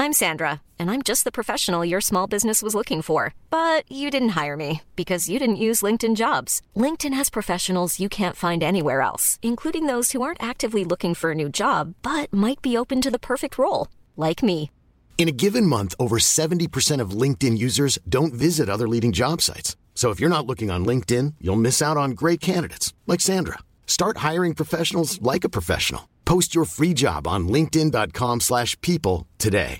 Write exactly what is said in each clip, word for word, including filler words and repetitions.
I'm Sandra, and I'm just the professional your small business was looking for. But you didn't hire me because you didn't use LinkedIn Jobs. LinkedIn has professionals you can't find anywhere else, including those who aren't actively looking for a new job, but might be open to the perfect role, like me. In a given month, over seventy percent of LinkedIn users don't visit other leading job sites. So if you're not looking on LinkedIn, you'll miss out on great candidates like Sandra. Start hiring professionals like a professional. Post your free job on linkedin.com slash people today.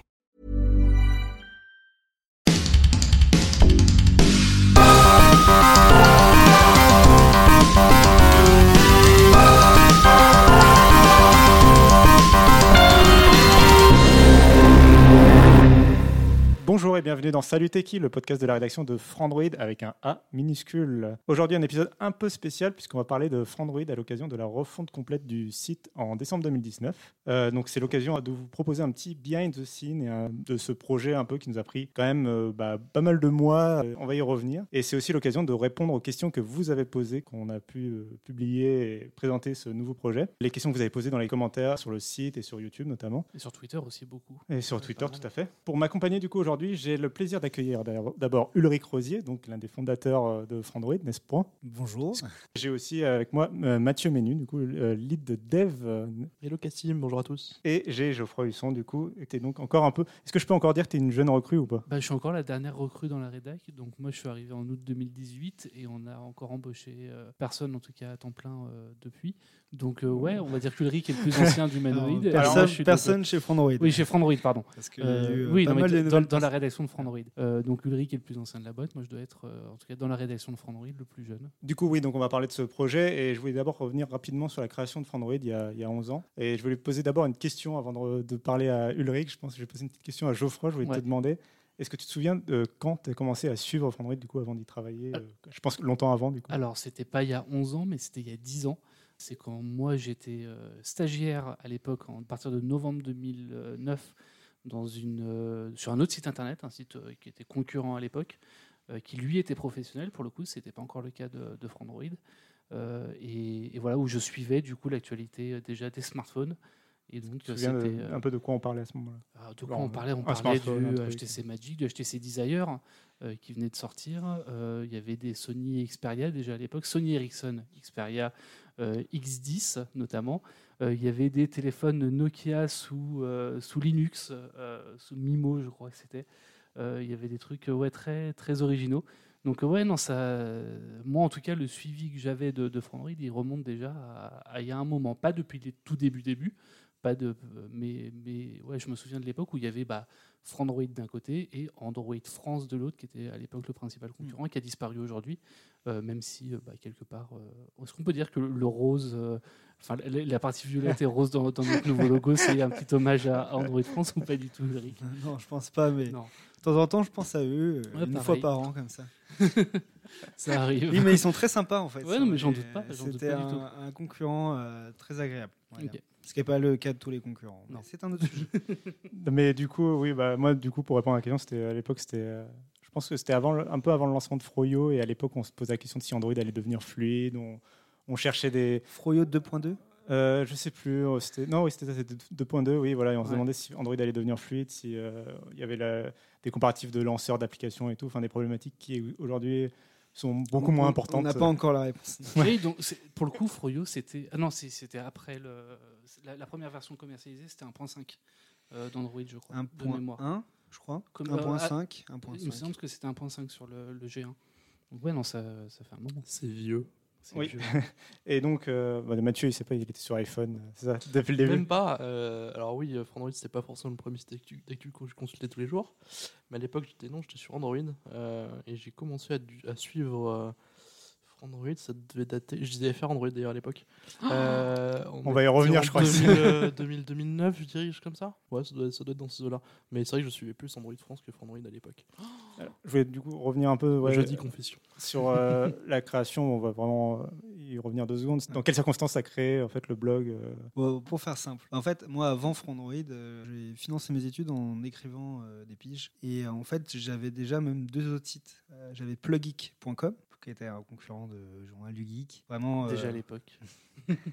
Bonjour et bienvenue dans Salut Techie, le podcast de la rédaction de Frandroid avec un A minuscule. Aujourd'hui, un épisode un peu spécial puisqu'on va parler de Frandroid à l'occasion de la refonte complète du site en décembre deux mille dix-neuf. Euh, donc, c'est l'occasion de vous proposer un petit behind the scene et un, de ce projet un peu qui nous a pris quand même euh, bah, pas mal de mois. Euh, on va y revenir. Et c'est aussi l'occasion de répondre aux questions que vous avez posées quand on a pu euh, publier et présenter ce nouveau projet. Les questions que vous avez posées dans les commentaires sur le site et sur YouTube notamment. Et sur Twitter aussi beaucoup. Et sur Twitter, tout à fait. Pour m'accompagner du coup aujourd'hui, j'ai le plaisir d'accueillir d'abord Ulrich Rosier, donc l'un des fondateurs de Frandroid, n'est-ce pas ? Bonjour. J'ai aussi avec moi euh, Mathieu Ménu, du coup, euh, lead de dev. Euh, Hello Cassim, bonjour à tous. Et j'ai Geoffroy Husson, du coup, qui est donc encore un peu... Est-ce que je peux encore dire que tu es une jeune recrue ou pas ? Bah, je suis encore la dernière recrue dans la rédac, donc moi je suis arrivé en août deux mille dix-huit et on a encore embauché euh, personne, en tout cas à temps plein, euh, depuis. Donc euh, ouais, on va dire qu'Ulrich est le plus ancien du Humanoid. Personne, Alors, moi, personne de... chez Frandroid. Oui, chez Frandroid, pardon. Parce qu'il y a eu euh, oui, pas non, mal de dans, dans la rédaction de Frandroid. Euh, donc Ulrich est le plus ancien de la boîte. Moi, je dois être, euh, en tout cas, dans la rédaction de Frandroid, le plus jeune. Du coup, oui, donc on va parler de ce projet et je voulais d'abord revenir rapidement sur la création de Frandroid il y a, il y a onze ans. Et je voulais poser d'abord une question avant de, de parler à Ulrich. Je pense que je vais poser une petite question à Geoffroy. Je voulais ouais. te demander, est-ce que tu te souviens de quand tu as commencé à suivre Frandroid du coup, avant d'y travailler euh, Je pense longtemps avant. Du coup. Alors, c'était pas il y a onze ans, mais c'était il y a dix ans. C'est quand moi, j'étais euh, stagiaire à l'époque, à partir de novembre deux mille neuf, dans une, euh, sur un autre site internet, un site euh, qui était concurrent à l'époque, euh, qui lui était professionnel. Pour le coup, ce n'était pas encore le cas de, de Frandroid. Euh, et, et voilà, où je suivais du coup l'actualité euh, déjà des smartphones. Et donc, tu te souviens de, un peu de quoi on parlait à ce moment-là ? Alors, de quoi on parlait On parlait du H T C Magic, du H T C Desire euh, qui venait de sortir. Euh, il y avait des Sony Xperia déjà à l'époque, Sony Ericsson Xperia euh, X dix notamment. Euh, il y avait des téléphones Nokia sous, euh, sous Linux, euh, sous Mimo, je crois que c'était. Euh, il y avait des trucs ouais, très, très originaux. Donc ouais, non, ça, moi en tout cas, le suivi que j'avais de, de Frandroid, il remonte déjà à, à il y a un moment, pas depuis les tout début début, pas de, mais, mais ouais, je me souviens de l'époque où il y avait bah, Frandroid d'un côté et Android France de l'autre, qui était à l'époque le principal concurrent, mmh. qui a disparu aujourd'hui, euh, même si euh, bah, quelque part, euh, est-ce qu'on peut dire que le, le rose, enfin euh, la partie violette et rose dans, dans notre nouveau logo, c'est un petit hommage à, à Android France ou pas du tout, Eric ? Non, je pense pas, mais non. de temps en temps, je pense à eux, ouais, une pareil. fois par an comme ça. Ça arrive. Oui, mais ils sont très sympas en fait. Ouais, non, mais j'en doute pas. J'en C'était doute pas un, du tout. un concurrent euh, très agréable. Okay. Ce qui n'est pas le cas de tous les concurrents. Non. C'est un autre sujet. Mais du coup, oui, bah, moi, du coup, pour répondre à la question, c'était, à l'époque, c'était, euh, je pense que c'était avant, un peu avant le lancement de Froyo, et à l'époque, on se posait la question de si Android allait devenir fluide. On, on cherchait des... Froyo deux point deux euh, Je sais plus. C'était... Non, oui, c'était, c'était deux point deux, oui, voilà. Et on ouais. se demandait si Android allait devenir fluide, s'il si, euh, y avait la, des comparatifs de lanceurs d'applications et tout, enfin des problématiques qui aujourd'hui sont beaucoup on, moins importantes. On n'a pas encore la réponse. Oui, donc pour le coup, Froyo, c'était ah non, c'était après le la, la première version commercialisée, c'était un point cinq euh, d'Android, je crois. un point un, je crois. Comme, un point euh, cinq, un point cinq. Il me semble que c'était un point cinq sur le, le G un. Donc ouais, non, ça, ça fait un moment. C'est vieux. C'est oui. Et donc, euh, bah, Mathieu, il sait pas, il était sur iPhone, c'est ça, depuis le début. Même pas. Euh, alors oui, Frandroid, c'était pas forcément le premier site d'actu, d'actu que je consultais tous les jours, mais à l'époque, j'étais non, j'étais sur Android euh, et j'ai commencé à, à suivre euh, Frandroid. Ça devait dater. Je disais F R Android d'ailleurs à l'époque. Euh, on, on va y revenir, je crois. deux mille, deux mille neuf, je dirais, comme ça. Ouais, ça doit, ça doit être dans ces eaux-là. Mais c'est vrai que je suivais plus Android France que Frandroid à l'époque. Alors, je voulais du coup revenir un peu. Ouais, je dis confession. Sur euh, la création, on va vraiment euh, y revenir deux secondes. Dans quelles circonstances ça a créé en fait le blog euh... bon, pour faire simple. En fait, moi, avant Frandroid, euh, j'ai financé mes études en écrivant euh, des piges. Et euh, en fait, j'avais déjà même deux autres sites. Euh, j'avais pluggeek point com, qui était un concurrent de Journal du Geek. Vraiment. Déjà euh, à l'époque.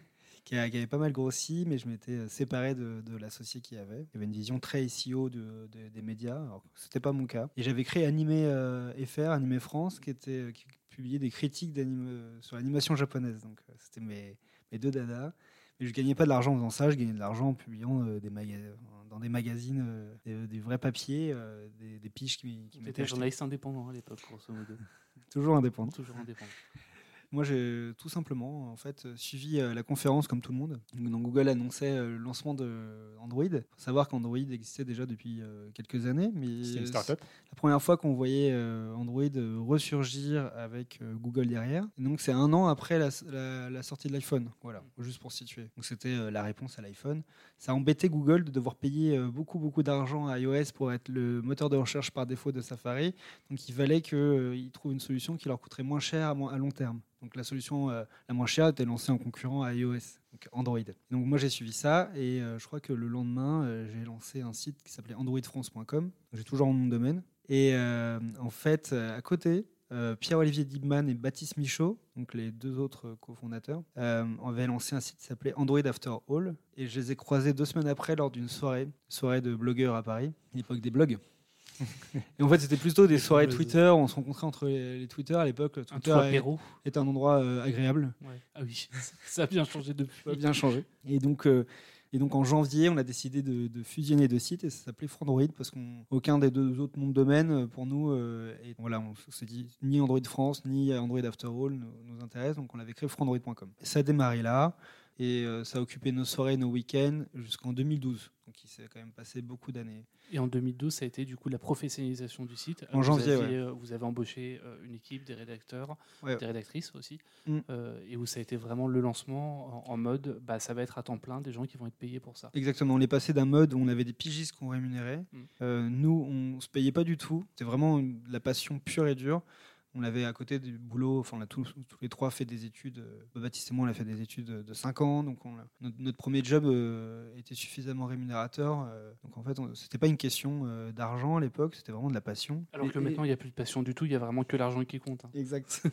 qui, a, qui avait pas mal grossi, mais je m'étais séparé de, de l'associé qui avait. Il y avait une vision très S E O de, de, des médias, alors c'était pas mon cas. Et j'avais créé Animé euh, F R, Animé France, qui, était, qui publiait des critiques sur l'animation japonaise. Donc euh, c'était mes, mes deux dadas. Mais je gagnais pas de l'argent en faisant ça, je gagnais de l'argent en publiant euh, des maga- dans des magazines, euh, des, des vrais papiers, euh, des, des piges qui, qui m'étaient acheté. Journaliste indépendant à l'époque, grosso modo. Toujours indépendant. Toujours indépendant. Moi, j'ai tout simplement en fait, suivi euh, la conférence comme tout le monde. Donc, Google annonçait euh, le lancement d'Android. Il faut savoir qu'Android existait déjà depuis euh, quelques années. Mais c'est une start-up. La première fois qu'on voyait euh, Android ressurgir avec euh, Google derrière. Et donc, c'est un an après la, la, la sortie de l'iPhone. Voilà, juste pour situer. Donc, c'était euh, la réponse à l'iPhone. Ça embêtait Google de devoir payer euh, beaucoup, beaucoup d'argent à iOS pour être le moteur de recherche par défaut de Safari. Donc, il fallait qu'ils euh, trouvent une solution qui leur coûterait moins cher à, à long terme. Donc la solution euh, la moins chère était lancée en concurrent à iOS, donc Android. Donc moi j'ai suivi ça et euh, je crois que le lendemain euh, j'ai lancé un site qui s'appelait android france point com. J'ai toujours mon nom de domaine. Et euh, en fait euh, à côté, euh, Pierre-Olivier Dibman et Baptiste Michaud, donc les deux autres cofondateurs, euh, avaient lancé un site qui s'appelait Android After All. Et je les ai croisés deux semaines après lors d'une soirée, soirée de blogueurs à Paris, à l'époque des blogs. Et en fait, c'était plutôt des soirées Twitter. On se rencontrait entre les, les Twitter à l'époque. Le Twitter un est, est un endroit euh, agréable. Ouais. Ah oui, ça a bien changé depuis. Ça a bien changé. Et donc, euh, et donc en janvier, on a décidé de, de fusionner deux sites et ça s'appelait Frandroid parce qu'aucun des deux autres noms de domaine pour nous. Euh, et voilà, on s'est dit ni Android France ni Android After All nous, nous intéresse. Donc on avait créé frandroid point com. Ça a démarré là. Et euh, ça a occupé nos soirées, nos week-ends jusqu'en deux mille douze. Donc il s'est quand même passé beaucoup d'années. Et en deux mille douze, ça a été du coup la professionnalisation du site. En vous janvier, aviez, ouais. Vous avez embauché une équipe, des rédacteurs, ouais. des rédactrices aussi. Mm. Euh, et où ça a été vraiment le lancement en, en mode, bah, ça va être à temps plein, des gens qui vont être payés pour ça. Exactement. On est passé d'un mode où on avait des pigistes qu'on rémunérait. Mm. Euh, nous, on ne se payait pas du tout. C'était vraiment une, de la passion pure et dure. On avait à côté du boulot, enfin on a tous, tous les trois fait des études, euh, Baptiste et moi on a fait des études de cinq ans, donc on a, notre, notre premier job euh, était suffisamment rémunérateur, euh, donc en fait on, c'était pas une question euh, d'argent à l'époque, c'était vraiment de la passion. Alors que et, maintenant il n'y a plus de passion du tout, il y a vraiment que l'argent qui compte. Hein. Exact.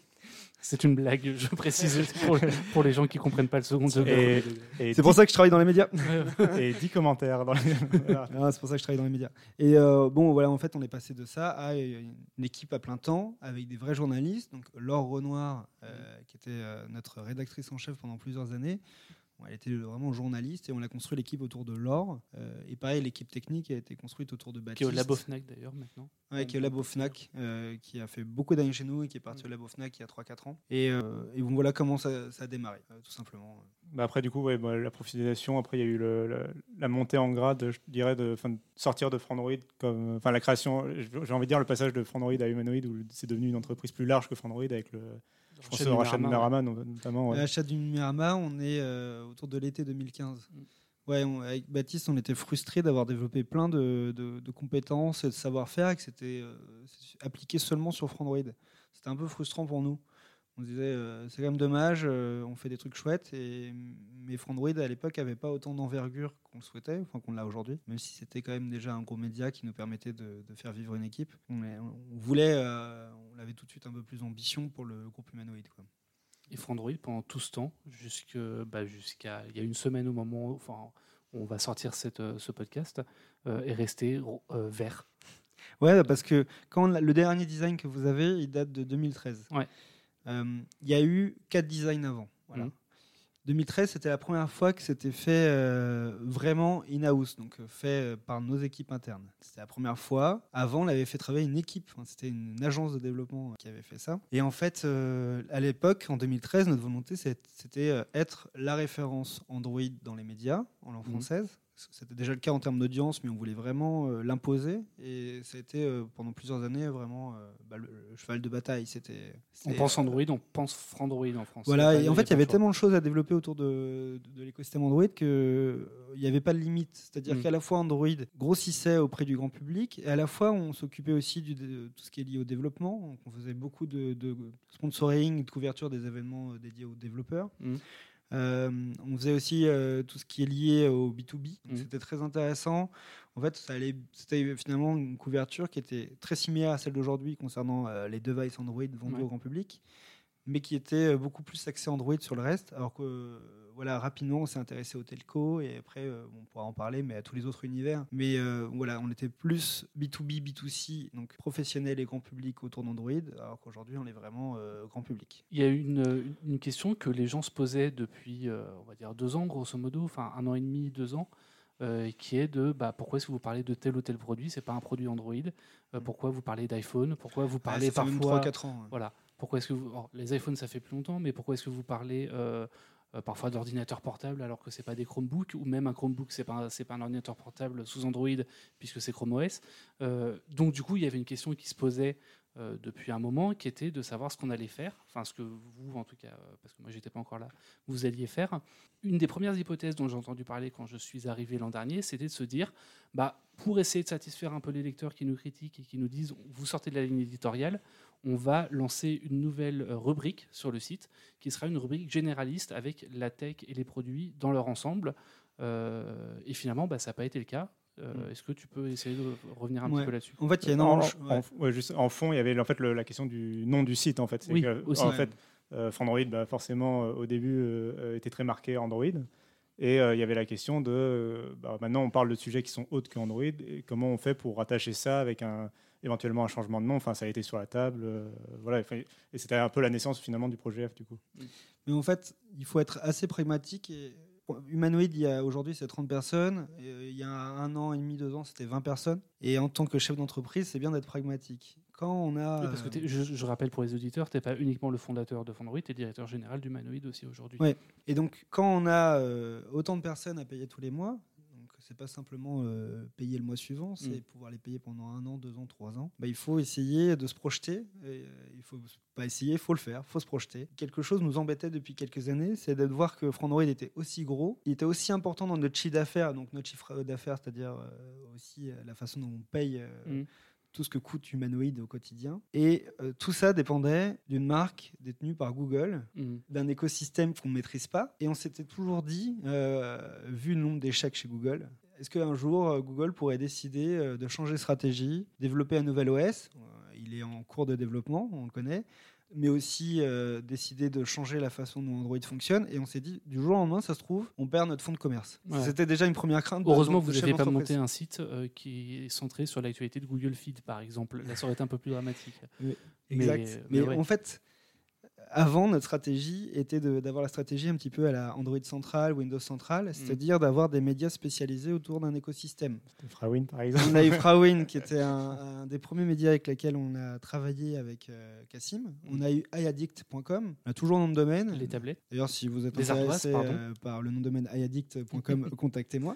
C'est une blague, je précise pour, pour les gens qui ne comprennent pas le second degré. Et, et c'est pour ça que je travaille dans les médias. Et dix commentaires dans les... voilà. Non, c'est pour ça que je travaille dans les médias. Et euh, bon, voilà, en fait, on est passé de ça à une équipe à plein temps avec des vrais journalistes. Donc Laure Renoir, euh, qui était euh, notre rédactrice en chef pendant plusieurs années. Elle était vraiment journaliste et on a construit l'équipe autour de Laure. Euh, et pareil, l'équipe technique a été construite autour de Baptiste. Qui est au Labo Fnac d'ailleurs maintenant. Ouais, qui est au Labo Fnac, euh, qui a fait beaucoup d'années chez nous et qui est parti mmh. au Labo Fnac il y a trois quatre ans. Et, euh, et bon, voilà comment ça, ça a démarré, euh, tout simplement. Bah après, du coup, ouais, bah, la professionnalisation, après, il y a eu le, le, la montée en grade, je dirais, de, de sortir de Frandroid, comme, enfin la création, j'ai envie de dire le passage de Frandroid à Humanoid, où c'est devenu une entreprise plus large que Frandroid avec le. Je pense au rachat de Numérama, notamment. Ouais. L'achat du Numérama, on est euh, autour de l'été deux mille quinze. Mm. Ouais, on, avec Baptiste, on était frustrés d'avoir développé plein de, de, de compétences et de savoir-faire et que c'était euh, appliqué seulement sur Frandroid. C'était un peu frustrant pour nous. On se disait, euh, c'est quand même dommage, euh, on fait des trucs chouettes, et, mais Frandroid à l'époque n'avait pas autant d'envergure qu'on le souhaitait, enfin qu'on l'a aujourd'hui, même si c'était quand même déjà un gros média qui nous permettait de, de faire vivre une équipe. On, on voulait, euh, on avait tout de suite un peu plus d'ambition pour le groupe Humanoid, quoi. Et Frandroid, pendant tout ce temps, jusque, bah, jusqu'à il y a une semaine au moment où, enfin, où on va sortir cette, ce podcast, euh, est resté euh, vert. Ouais, parce que quand on, le dernier design que vous avez, il date de deux mille treize. Ouais. Il euh, y a eu quatre designs avant. Voilà. Mmh. deux mille treize, c'était la première fois que c'était fait euh, vraiment in-house, donc fait euh, par nos équipes internes. C'était la première fois. Avant, on avait fait travailler une équipe. Enfin, c'était une agence de développement qui avait fait ça. Et en fait, euh, à l'époque, en deux mille treize, notre volonté, c'était euh, être la référence Android dans les médias en langue mmh. française. C'était déjà le cas en termes d'audience, mais on voulait vraiment euh, l'imposer. Et ça a été euh, pendant plusieurs années vraiment euh, bah, le, le cheval de bataille. C'était, on pense Android, on pense Frandroid en France. Voilà, et en fait, il y avait tellement de choses à développer autour de, de, de l'écosystème Android qu'il n'y avait pas de limite. C'est-à-dire mmh. qu'à la fois Android grossissait auprès du grand public, et à la fois on s'occupait aussi du, de tout ce qui est lié au développement. Donc, on faisait beaucoup de, de sponsoring, de couverture des événements dédiés aux développeurs. Mmh. Euh, on faisait aussi euh, tout ce qui est lié au B deux B, donc mmh. c'était très intéressant. En fait, ça allait, c'était finalement une couverture qui était très similaire à celle d'aujourd'hui concernant euh, les devices Android vendus ouais. au grand public, mais qui était beaucoup plus axé Android sur le reste, alors que euh, voilà, rapidement on s'est intéressé aux telcos et après euh, on pourra en parler, mais à tous les autres univers. Mais euh, voilà, on était plus B deux B, B deux C, donc professionnel et grand public autour d'Android, alors qu'aujourd'hui on est vraiment euh, grand public. Il y a une, une question que les gens se posaient depuis, euh, on va dire deux ans grosso modo, enfin un an et demi, deux ans. Euh, qui est de bah, pourquoi est-ce que vous parlez de tel ou tel produit, c'est pas un produit Android, euh, pourquoi vous parlez d'iPhone, pourquoi vous parlez ah, ça parfois fait trois quatre ans. Ouais. Voilà, pourquoi est-ce que vous, alors, les iPhones ça fait plus longtemps, mais pourquoi est-ce que vous parlez euh, euh, parfois d'ordinateurs portables alors que c'est pas des Chromebooks, ou même un Chromebook c'est pas c'est pas un ordinateur portable sous Android puisque c'est Chrome O S. Euh, donc du coup il y avait une question qui se posait Euh, depuis un moment, qui était de savoir ce qu'on allait faire, enfin ce que vous, en tout cas, euh, parce que moi j'étais pas encore là, vous alliez faire. Une des premières hypothèses dont j'ai entendu parler quand je suis arrivé l'an dernier, c'était de se dire, bah, pour essayer de satisfaire un peu les lecteurs qui nous critiquent et qui nous disent, vous sortez de la ligne éditoriale, on va lancer une nouvelle rubrique sur le site, qui sera une rubrique généraliste avec la tech et les produits dans leur ensemble. Euh, et finalement, bah, ça n'a pas été le cas. Euh, Est-ce que tu peux essayer de revenir un ouais. petit peu là-dessus ? En fait, il y a en, ouais. en, ouais, juste, en fond, il y avait en fait le, la question du nom du site. En fait, c'est oui, que, aussi. En ouais. fait, euh, Frandroid, bah, forcément, euh, au début, euh, était très marqué Android. Et euh, il y avait la question de, euh, bah, maintenant, on parle de sujets qui sont autres qu'Android. Et comment on fait pour rattacher ça avec un, éventuellement un changement de nom ? Enfin, ça a été sur la table. Euh, voilà. Et c'était un peu la naissance finalement du projet F, du coup. Mais en fait, il faut être assez pragmatique et Humanoid, il y a aujourd'hui c'est trente personnes. Et il y a un an et demi, deux ans, c'était vingt personnes. Et en tant que chef d'entreprise, c'est bien d'être pragmatique. Quand on a, oui, parce que je, je rappelle pour les auditeurs, tu n'es pas uniquement le fondateur de Frandroid, tu es directeur général d'Humanoid aussi aujourd'hui. Oui. Et donc quand on a euh, autant de personnes à payer tous les mois, c'est pas simplement euh, payer le mois suivant, c'est mmh. pouvoir les payer pendant un an, deux ans, trois ans. Bah, il faut essayer de se projeter. Et, euh, il faut pas essayer, il faut le faire, il faut se projeter. Quelque chose nous embêtait depuis quelques années, c'est de voir que Frandroid était aussi gros, il était aussi important dans notre chiffre d'affaires, donc notre chiffre d'affaires, c'est-à-dire euh, aussi euh, la façon dont on paye euh, mmh. tout ce que coûte Humanoid au quotidien. Et euh, tout ça dépendait d'une marque détenue par Google, mmh. d'un écosystème qu'on ne maîtrise pas. Et on s'était toujours dit, euh, vu le nombre d'échecs chez Google, est-ce qu'un jour, Google pourrait décider euh, de changer de stratégie, développer un nouvel O S ? euh, Il est en cours de développement, on le connaît, mais aussi euh, décider de changer la façon dont Android fonctionne. Et on s'est dit, du jour au lendemain, ça se trouve, on perd notre fonds de commerce. Ouais. C'était déjà une première crainte. Heureusement que vous n'avez pas monté un site euh, qui est centré sur l'actualité de Google Feed, par exemple. Là, ça aurait été un peu plus dramatique. Mais, exact. Mais, mais, mais ouais. en fait, avant, notre stratégie était de, d'avoir la stratégie un petit peu à la Android centrale, Windows centrale, c'est-à-dire mmh. d'avoir des médias spécialisés autour d'un écosystème. C'était Frawin, par exemple. On a eu Frawin, qui était un, un des premiers médias avec lesquels on a travaillé avec euh, Cassim. Mmh. On a eu iaddict point com. On a toujours le nom de domaine. Les tablettes. D'ailleurs, si vous êtes Les intéressé euh, par le nom de domaine iaddict point com, contactez-moi.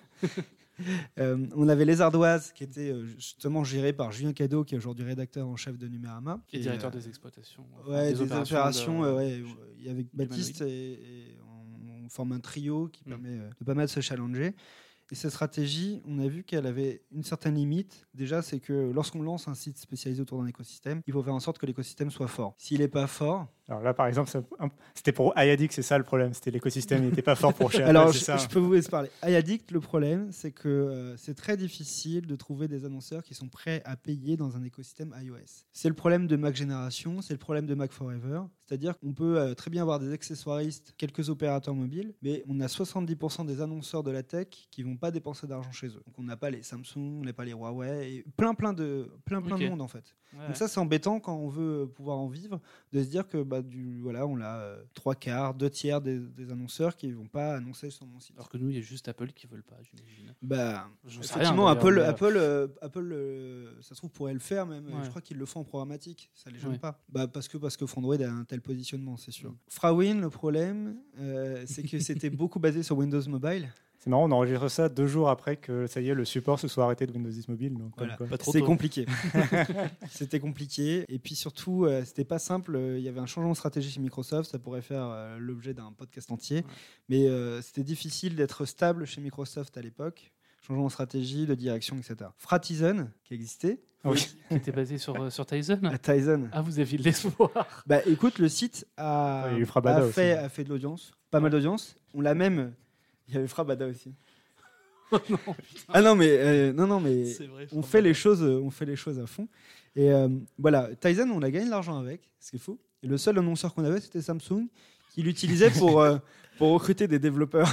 Euh, on avait Les Ardoises qui était euh, justement géré par Julien Cadeau, qui est aujourd'hui rédacteur en chef de Numérama, qui est directeur euh, des exploitations, ouais, des, des opérations, opérations de, euh, ouais, de, avec Baptiste et, et on, on forme un trio qui mmh. permet euh, de pas mal se challenger. Et cette stratégie, on a vu qu'elle avait une certaine limite. Déjà, c'est que lorsqu'on lance un site spécialisé autour d'un écosystème, il faut faire en sorte que l'écosystème soit fort. S'il n'est pas fort... Alors là, par exemple, c'était pour iaddict, c'est ça le problème. C'était l'écosystème, il n'était pas fort pour chercher. Alors, je, je peux vous laisser parler. iaddict, le problème, c'est que euh, c'est très difficile de trouver des annonceurs qui sont prêts à payer dans un écosystème iOS. C'est le problème de Mac Génération, c'est le problème de Mac Forever. C'est-à-dire qu'on peut euh, très bien avoir des accessoiristes, quelques opérateurs mobiles, mais on a soixante-dix pour cent des annonceurs de la tech qui ne vont pas dépenser d'argent chez eux. Donc on n'a pas les Samsung, on n'a pas les Huawei, et plein plein de, plein, plein okay. de monde en fait. Ouais. Donc ça c'est embêtant quand on veut pouvoir en vivre, de se dire que bah, du, voilà, on a euh, trois quarts, deux tiers des, des annonceurs qui ne vont pas annoncer sur mon site. Alors que nous, il y a juste Apple qui ne veulent pas, j'imagine. Bah, effectivement, rien, Apple, mais... Apple, euh, Apple euh, ça se trouve pourrait le faire même. Ouais. Je crois qu'ils le font en programmatique, ça ne les gêne ouais. pas. Bah, parce que, parce que Frandroid a un tel positionnement, c'est sûr. Mm. Frawin, le problème, euh, c'est que c'était beaucoup basé sur Windows Mobile. C'est marrant, on enregistre ça deux jours après que ça y est, le support se soit arrêté de Windows dix Mobile. Donc voilà. C'est compliqué. C'était compliqué. Et puis surtout, euh, c'était pas simple. Il y avait un changement de stratégie chez Microsoft. Ça pourrait faire euh, l'objet d'un podcast entier. Ouais. Mais euh, c'était difficile d'être stable chez Microsoft à l'époque. Changement de stratégie, de direction, et cetera. Fratizen, qui existait. Oui. Qui était basé sur, euh, sur Tizen. À Tizen. Ah, vous aviez de l'espoir. Bah, écoute, le site a, ouais, a, fait, a fait de l'audience. Pas ouais. mal d'audience. On l'a même... Il y avait Frabada aussi. Oh non, ah non mais euh, non non mais vrai, on fait les choses on fait les choses à fond et euh, voilà Tizen on a gagné de l'argent avec ce qu'il faut Et le seul annonceur qu'on avait, c'était Samsung, qui l'utilisait pour, euh, pour recruter des développeurs.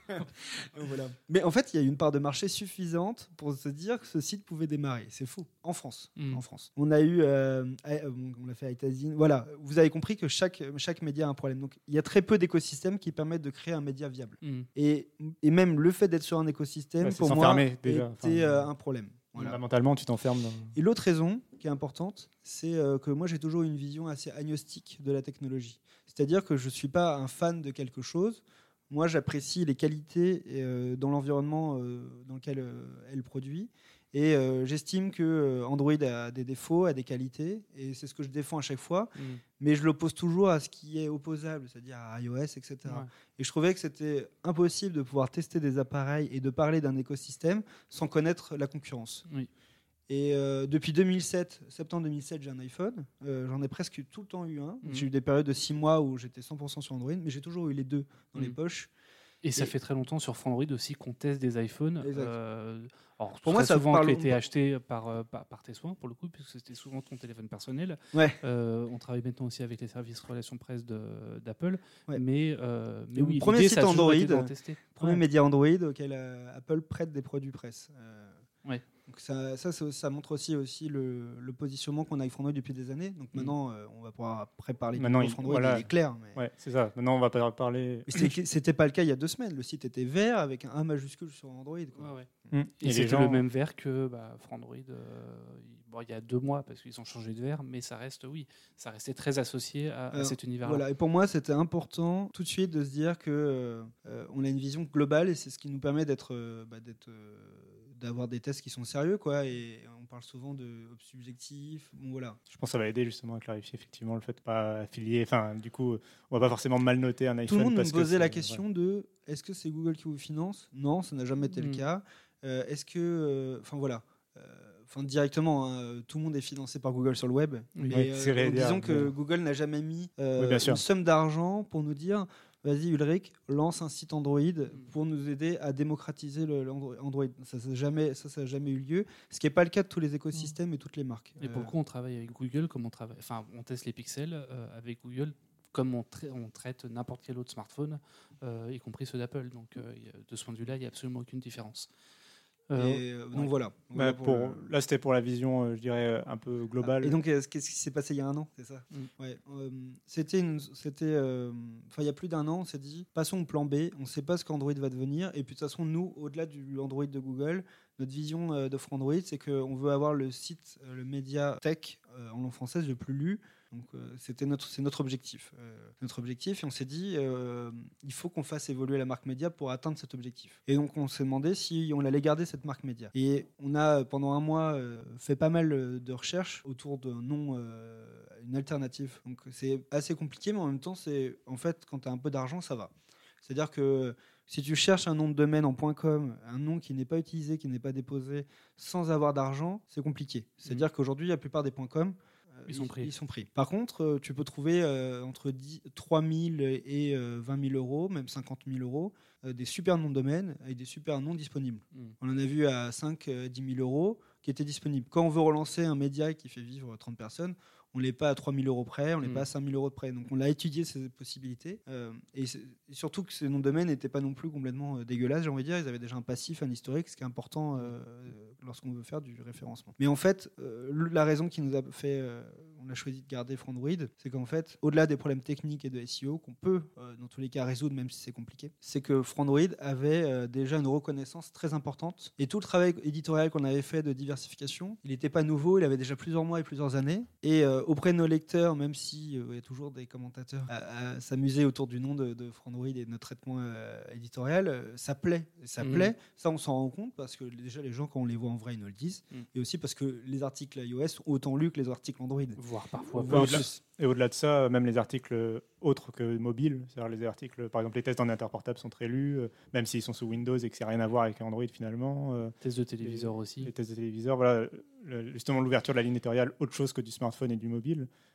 Donc, voilà. Mais en fait, il y a une part de marché suffisante pour se dire que ce site pouvait démarrer. C'est fou. En France. Mm. En France. On a eu, euh, on l'a fait à Itazine. Voilà. Vous avez compris que chaque, chaque média a un problème. Donc, il y a très peu d'écosystèmes qui permettent de créer un média viable. Mm. Et, et même le fait d'être sur un écosystème, ouais, pour moi, déjà. était euh, un problème. Voilà. Fondamentalement, tu t'enfermes dans... Et l'autre raison qui est importante, c'est euh, que moi, j'ai toujours une vision assez agnostique de la technologie. C'est-à-dire que je ne suis pas un fan de quelque chose. Moi, j'apprécie les qualités euh, dans l'environnement euh, dans lequel euh, elle produit. Et euh, j'estime que euh, Android a des défauts, a des qualités. Et c'est ce que je défends à chaque fois. Mmh. Mais je l'oppose toujours à ce qui est opposable, c'est-à-dire à iOS, et cetera. Ouais. Et je trouvais que c'était impossible de pouvoir tester des appareils et de parler d'un écosystème sans connaître la concurrence. Oui. Et euh, depuis deux mille sept, septembre deux mille sept, j'ai un iPhone. Euh, j'en ai presque tout le temps eu un. Mmh. J'ai eu des périodes de six mois où j'étais cent pour cent sur Android, mais j'ai toujours eu les deux dans mmh. les poches. Et, et ça fait très longtemps sur Frandroid aussi qu'on teste des iPhones. Euh, alors, pour moi, ça souvent parle... qui a été acheté par, euh, par, par tes soins, pour le coup, puisque c'était souvent ton téléphone personnel. Ouais. Euh, on travaille maintenant aussi avec les services relations presse de, d'Apple. Ouais. Mais, euh, mais oui, oui, premier l'idée, site ça a Android, été d'en tester. Premier ouais. média Android auquel euh, Apple prête des produits presse. Euh, ouais. Donc ça, ça, ça montre aussi, aussi le, le positionnement qu'on a avec Frandroid depuis des années. Donc mmh. maintenant, euh, on va pouvoir après parler maintenant, de Frandroid, voilà. Il est clair. Mais... Ouais, c'est ça. Maintenant, on va pas parler... C'était, c'était pas le cas il y a deux semaines. Le site était vert avec un A majuscule sur Android. Quoi. Ouais, ouais. Mmh. Et, et c'était gens... le même vert que bah, Frandroid euh, bon, il y a deux mois, parce qu'ils ont changé de vert, mais ça reste, oui, ça restait très associé à, Alors, à cet univers-là. Voilà. Et pour moi, c'était important tout de suite de se dire qu'on euh, a une vision globale et c'est ce qui nous permet d'être... Euh, bah, d'être euh, d'avoir des tests qui sont sérieux, quoi, et on parle souvent de subjectif. Bon, voilà. Je pense que ça va aider justement à clarifier effectivement le fait de pas affilier. Enfin, du coup, on va pas forcément mal noter un iPhone. Tout le monde parce nous posait que la question ouais. de est-ce que c'est Google qui vous finance ? Non, ça n'a jamais été mmh. le cas. Euh, est-ce que, enfin euh, voilà, enfin euh, directement, hein, tout le monde est financé par Google sur le web. Oui, mais euh, euh, disons que Google n'a jamais mis euh, oui, une somme d'argent pour nous dire. Vas-y Ulrich, lance un site Android pour nous aider à démocratiser le, l'Android. Ça n'a jamais, ça, ça a jamais eu lieu, ce qui n'est pas le cas de tous les écosystèmes et toutes les marques. Et pour le coup, on travaille avec Google, comme on travaille, enfin, on teste les pixels euh, avec Google, comme on, tra- on traite n'importe quel autre smartphone, euh, y compris ceux d'Apple. Donc, euh, de ce point de vue-là, il n'y a absolument aucune différence. Euh, et euh, donc ouais. voilà. Bah, pour pour, le... Là, c'était pour la vision, euh, je dirais, un peu globale. Ah, et donc, qu'est-ce qui s'est passé il y a un an, c'est ça mm. ouais. euh, C'était, une, c'était, euh, enfin, il y a plus d'un an, on s'est dit, passons au plan B. On ne sait pas ce qu'Android va devenir. Et puis de toute façon, nous, au-delà du Android de Google, notre vision euh, de Frandroid, c'est qu'on veut avoir le site, euh, le média tech euh, en langue française le plus lu. Donc euh, c'était notre, c'est notre objectif. Euh, notre objectif, et on s'est dit, euh, il faut qu'on fasse évoluer la marque média pour atteindre cet objectif. Et donc on s'est demandé si on allait garder cette marque média. Et on a pendant un mois euh, fait pas mal de recherches autour d'un nom, euh, une alternative. Donc c'est assez compliqué, mais en même temps, c'est en fait quand tu as un peu d'argent, ça va. C'est-à-dire que si tu cherches un nom de domaine en .com, un nom qui n'est pas utilisé, qui n'est pas déposé, sans avoir d'argent, c'est compliqué. C'est-à-dire mmh. qu'aujourd'hui, la plupart des .com Ils sont, pris. ils sont pris. Par contre, tu peux trouver euh, entre dix, trois mille et euh, vingt mille euros, même cinquante mille euros, euh, des super noms de domaine avec des super noms disponibles. Mm. On en a vu à cinq à dix mille euros qui étaient disponibles. Quand on veut relancer un média qui fait vivre trente personnes, on n'est pas à trois mille euros près, on n'est mmh. pas à cinq mille euros de près. Donc on a étudié ces possibilités. Euh, et, et surtout que ces noms de domaine n'étaient pas non plus complètement euh, dégueulasses, j'ai envie de dire. Ils avaient déjà un passif, un historique, ce qui est important euh, lorsqu'on veut faire du référencement. Mais en fait, euh, la raison qui nous a fait... Euh, on a choisi de garder Frandroid, c'est qu'en fait, au-delà des problèmes techniques et de S E O qu'on peut, euh, dans tous les cas, résoudre, même si c'est compliqué, c'est que Frandroid avait euh, déjà une reconnaissance très importante. Et tout le travail éditorial qu'on avait fait de diversification, il n'était pas nouveau, il avait déjà plusieurs mois et plusieurs années. Et euh, auprès de nos lecteurs, même s'il si, euh, y a toujours des commentateurs à, à s'amuser autour du nom de, de Frandroid et de notre traitement euh, éditorial, euh, ça plaît. Et ça mmh. plaît, ça on s'en rend compte, parce que déjà les gens, quand on les voit en vrai, ils nous le disent. Mmh. Et aussi parce que les articles iOS sont autant lus que les articles Android. Voire parfois Voire au-delà, et au-delà de ça, même les articles autres que mobiles, c'est-à-dire les articles, par exemple les tests d'ordinateur portable sont très lus, euh, même s'ils sont sous Windows et que c'est rien à voir avec Android finalement. Euh, tests de téléviseur les, aussi. Les tests de téléviseur, voilà, le, justement l'ouverture de la ligne éditoriale, autre chose que du smartphone et du mobile.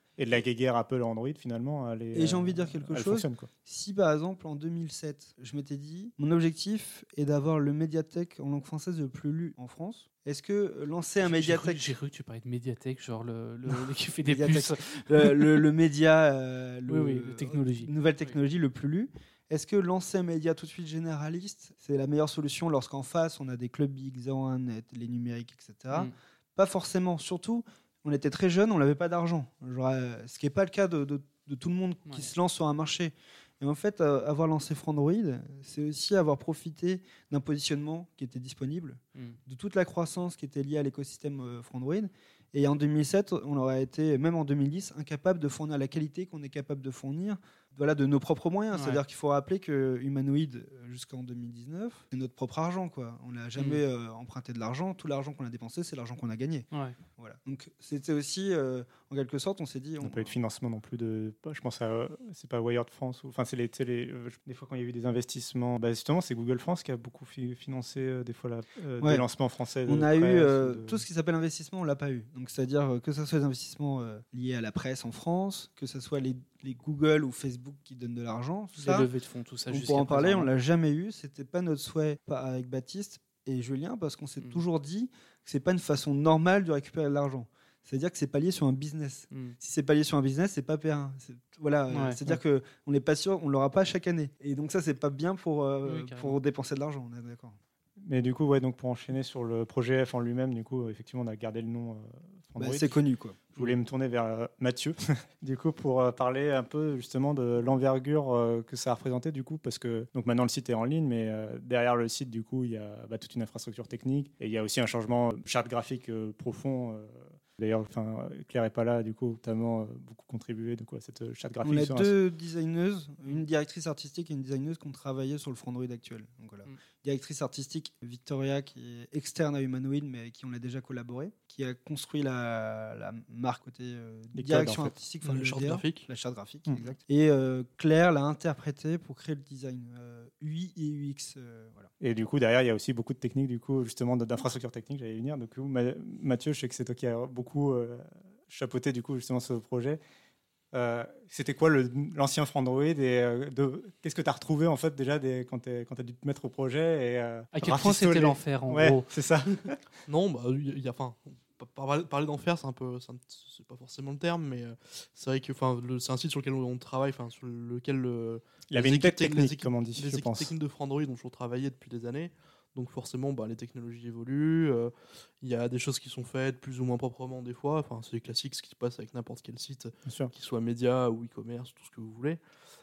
Et de la guéguerre Apple Android, finalement, elle est, Et j'ai envie de dire quelque chose. Quoi. Si, par exemple, en deux mille sept, je m'étais dit, mon objectif est d'avoir le médiathèque en langue française le plus lu en France, est-ce que lancer un médiathèque... J'ai cru que tu parlais de médiathèque, genre le, le, le qui fait des puces. le, le, le média, euh, le, oui, oui, la technologie. nouvelle technologie oui. le plus lu. Est-ce que lancer un média tout de suite généraliste, c'est la meilleure solution lorsqu'en face, on a des clubs Big, zéro un net, les numériques, et cetera. Mm. Pas forcément. Surtout, on était très jeunes, on n'avait pas d'argent. Genre, euh, ce qui n'est pas le cas de, de, de tout le monde qui ouais. se lance sur un marché. Et en fait, euh, avoir lancé Frandroid, c'est aussi avoir profité d'un positionnement qui était disponible, mm. de toute la croissance qui était liée à l'écosystème euh, Frandroid. Et en deux mille sept, on aurait été, même en deux mille dix, incapable de fournir la qualité qu'on est capable de fournir, voilà, de nos propres moyens. Ouais. C'est-à-dire qu'il faut rappeler que Humanoid, jusqu'en deux mille dix-neuf, c'est notre propre argent, quoi. On n'a jamais mmh. euh, emprunté de l'argent. Tout l'argent qu'on a dépensé, c'est l'argent qu'on a gagné. Ouais. Voilà. Donc c'était aussi, euh, en quelque sorte, on s'est dit... On n'a pas eu de financement non plus de... Je pense à... Euh, c'est pas Wired France. Ou, enfin, c'est les... les euh, des fois, quand il y a eu des investissements... Bah, justement, c'est Google France qui a beaucoup fi- financé euh, des fois la, euh, ouais. des lancements français. On a eu... Euh, de... Tout ce qui s'appelle investissement, on ne l'a pas eu. Donc, c'est-à-dire que ce soit les investissements euh, liés à la presse en France, que ce soit les, les Google ou Facebook qui donnent de l'argent, tout ça, les levées de fonds, tout ça. On pourra en parler, on l'a jamais eu. C'était pas notre souhait avec Baptiste et Julien parce qu'on s'est mmh. toujours dit que c'est pas une façon normale de récupérer de l'argent. C'est-à-dire que c'est pas lié sur un business. Mmh. Si c'est pas lié sur un business, c'est pas périn. C'est, voilà, ouais, c'est-à-dire ouais. que on n'est pas sûr, on l'aura pas chaque année. Et donc ça, c'est pas bien pour euh, oui, pour dépenser de l'argent. On est d'accord. Mais du coup, ouais, donc pour enchaîner sur le projet F en lui-même, du coup, effectivement, on a gardé le nom. Euh, bah, c'est connu, quoi. Je voulais me tourner vers euh, Mathieu, du coup, pour euh, parler un peu justement de l'envergure euh, que ça a représenté, du coup, parce que donc maintenant le site est en ligne, mais euh, derrière le site, du coup, il y a bah, toute une infrastructure technique et il y a aussi un changement charte graphique euh, profond. Euh, D'ailleurs, enfin, Claire n'est pas là, du coup, notamment euh, beaucoup contribué donc, à cette charte graphique. On a deux un... designeuses, une directrice artistique et une designeuse qui ont travaillé sur le Frandroid actuel. Donc, voilà. mm. Directrice artistique, Victoria, qui est externe à Humanoid, mais avec qui on a déjà collaboré, qui a construit la, la marque côté euh, direction codes, en fait. artistique, enfin, la charte graphique. La charte graphique, mm. exact. Et euh, Claire l'a interprété pour créer le design euh, U I et U X. Euh, voilà. Et du coup, derrière, il y a aussi beaucoup de techniques, du coup, justement, d'infrastructures techniques, j'allais y venir. Donc, Mathieu, je sais que c'est toi qui as beaucoup euh, chapeauté, du coup, justement, ce projet. Euh, c'était quoi le, l'ancien Frandroid et euh, de, qu'est-ce que tu as retrouvé, en fait, déjà, des, quand tu as dû te mettre au projet et, euh, à quel point c'était l'enfer, en ouais, gros. c'est ça. Non, bah, il y a... Enfin, parler d'enfer, c'est un peu, c'est, un, c'est pas forcément le terme, mais euh, c'est vrai que, enfin, le, c'est un site sur lequel on travaille, enfin, sur lequel le, il avait une tête technique, équipes, comme on dit, les je équipes pense. techniques de Frandroid ont toujours travaillé depuis des années, donc forcément, bah, les technologies évoluent. Il euh, y a des choses qui sont faites plus ou moins proprement des fois. Enfin, c'est classique, ce qui se passe avec n'importe quel site, qu'il soit média ou e-commerce, tout ce que vous voulez.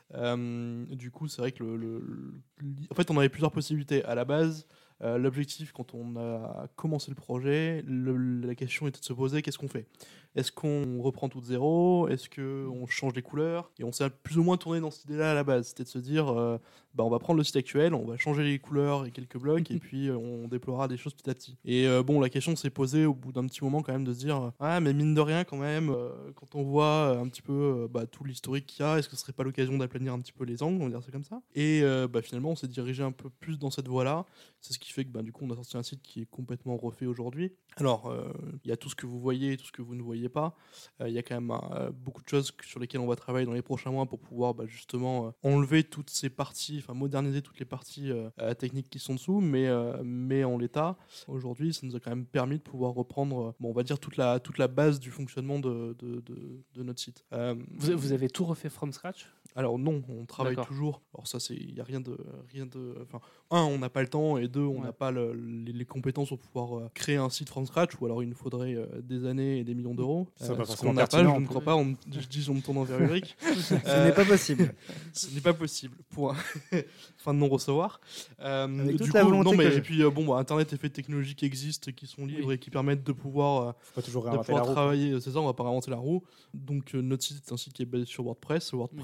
Euh, du coup, c'est vrai que le, le, le, en fait, on avait plusieurs possibilités à la base. Euh, l'objectif, quand on a commencé le projet, le, la question était de se poser qu'est-ce qu'on fait ? Est-ce qu'on reprend tout de zéro ? Est-ce qu'on change les couleurs ? Et on s'est plus ou moins tourné dans cette idée-là à la base. C'était de se dire, euh, bah, on va prendre le site actuel, on va changer les couleurs et quelques blocs, et puis euh, on déploiera des choses petit à petit. Et euh, bon, la question s'est posée au bout d'un petit moment quand même de se dire, ah, mais mine de rien quand même, euh, quand on voit un petit peu euh, bah, tout l'historique qu'il y a, est-ce que ce serait pas l'occasion d'aplanir un petit peu les angles, on va dire ça comme ça ? Et euh, bah, finalement, on s'est dirigé un peu plus dans cette voie-là. C'est ce qui fait que bah, du coup, on a sorti un site qui est complètement refait aujourd'hui. Alors, il euh, y a tout ce que vous voyez et tout ce que vous ne voyez pas. Il euh, y a quand même euh, beaucoup de choses sur lesquelles on va travailler dans les prochains mois pour pouvoir bah, justement euh, enlever toutes ces parties, enfin moderniser toutes les parties euh, techniques qui sont dessous, mais, euh, mais en l'état, aujourd'hui, ça nous a quand même permis de pouvoir reprendre, bon, on va dire, toute la, toute la base du fonctionnement de, de, de, de notre site. Euh, vous, vous avez tout refait from scratch ? Alors non, on travaille D'accord. toujours. Alors ça, c'est, il y a rien de, rien de. Enfin, un, on n'a pas le temps, et deux, on n'a ouais. pas le, les, les compétences pour pouvoir euh, créer un site from scratch, ou alors il nous faudrait euh, des années et des millions d'euros. Ça euh, ce qu'on n'a pas, je ne crois pas. On, je dis, on me tourne vers Ulrich. Ce euh, n'est pas possible. Ce n'est pas possible. Point. Fin de non recevoir. Euh, Avec du toute coup, la volonté non, mais que et puis euh, bon, bah, Internet et faits de technologies qui existent, qui sont libres oui. et qui permettent de pouvoir, euh, pas toujours de pouvoir travailler. C'est ça, on va pas réinventer la roue. Donc euh, notre site est un site qui est basé sur WordPress. WordPress, oui. même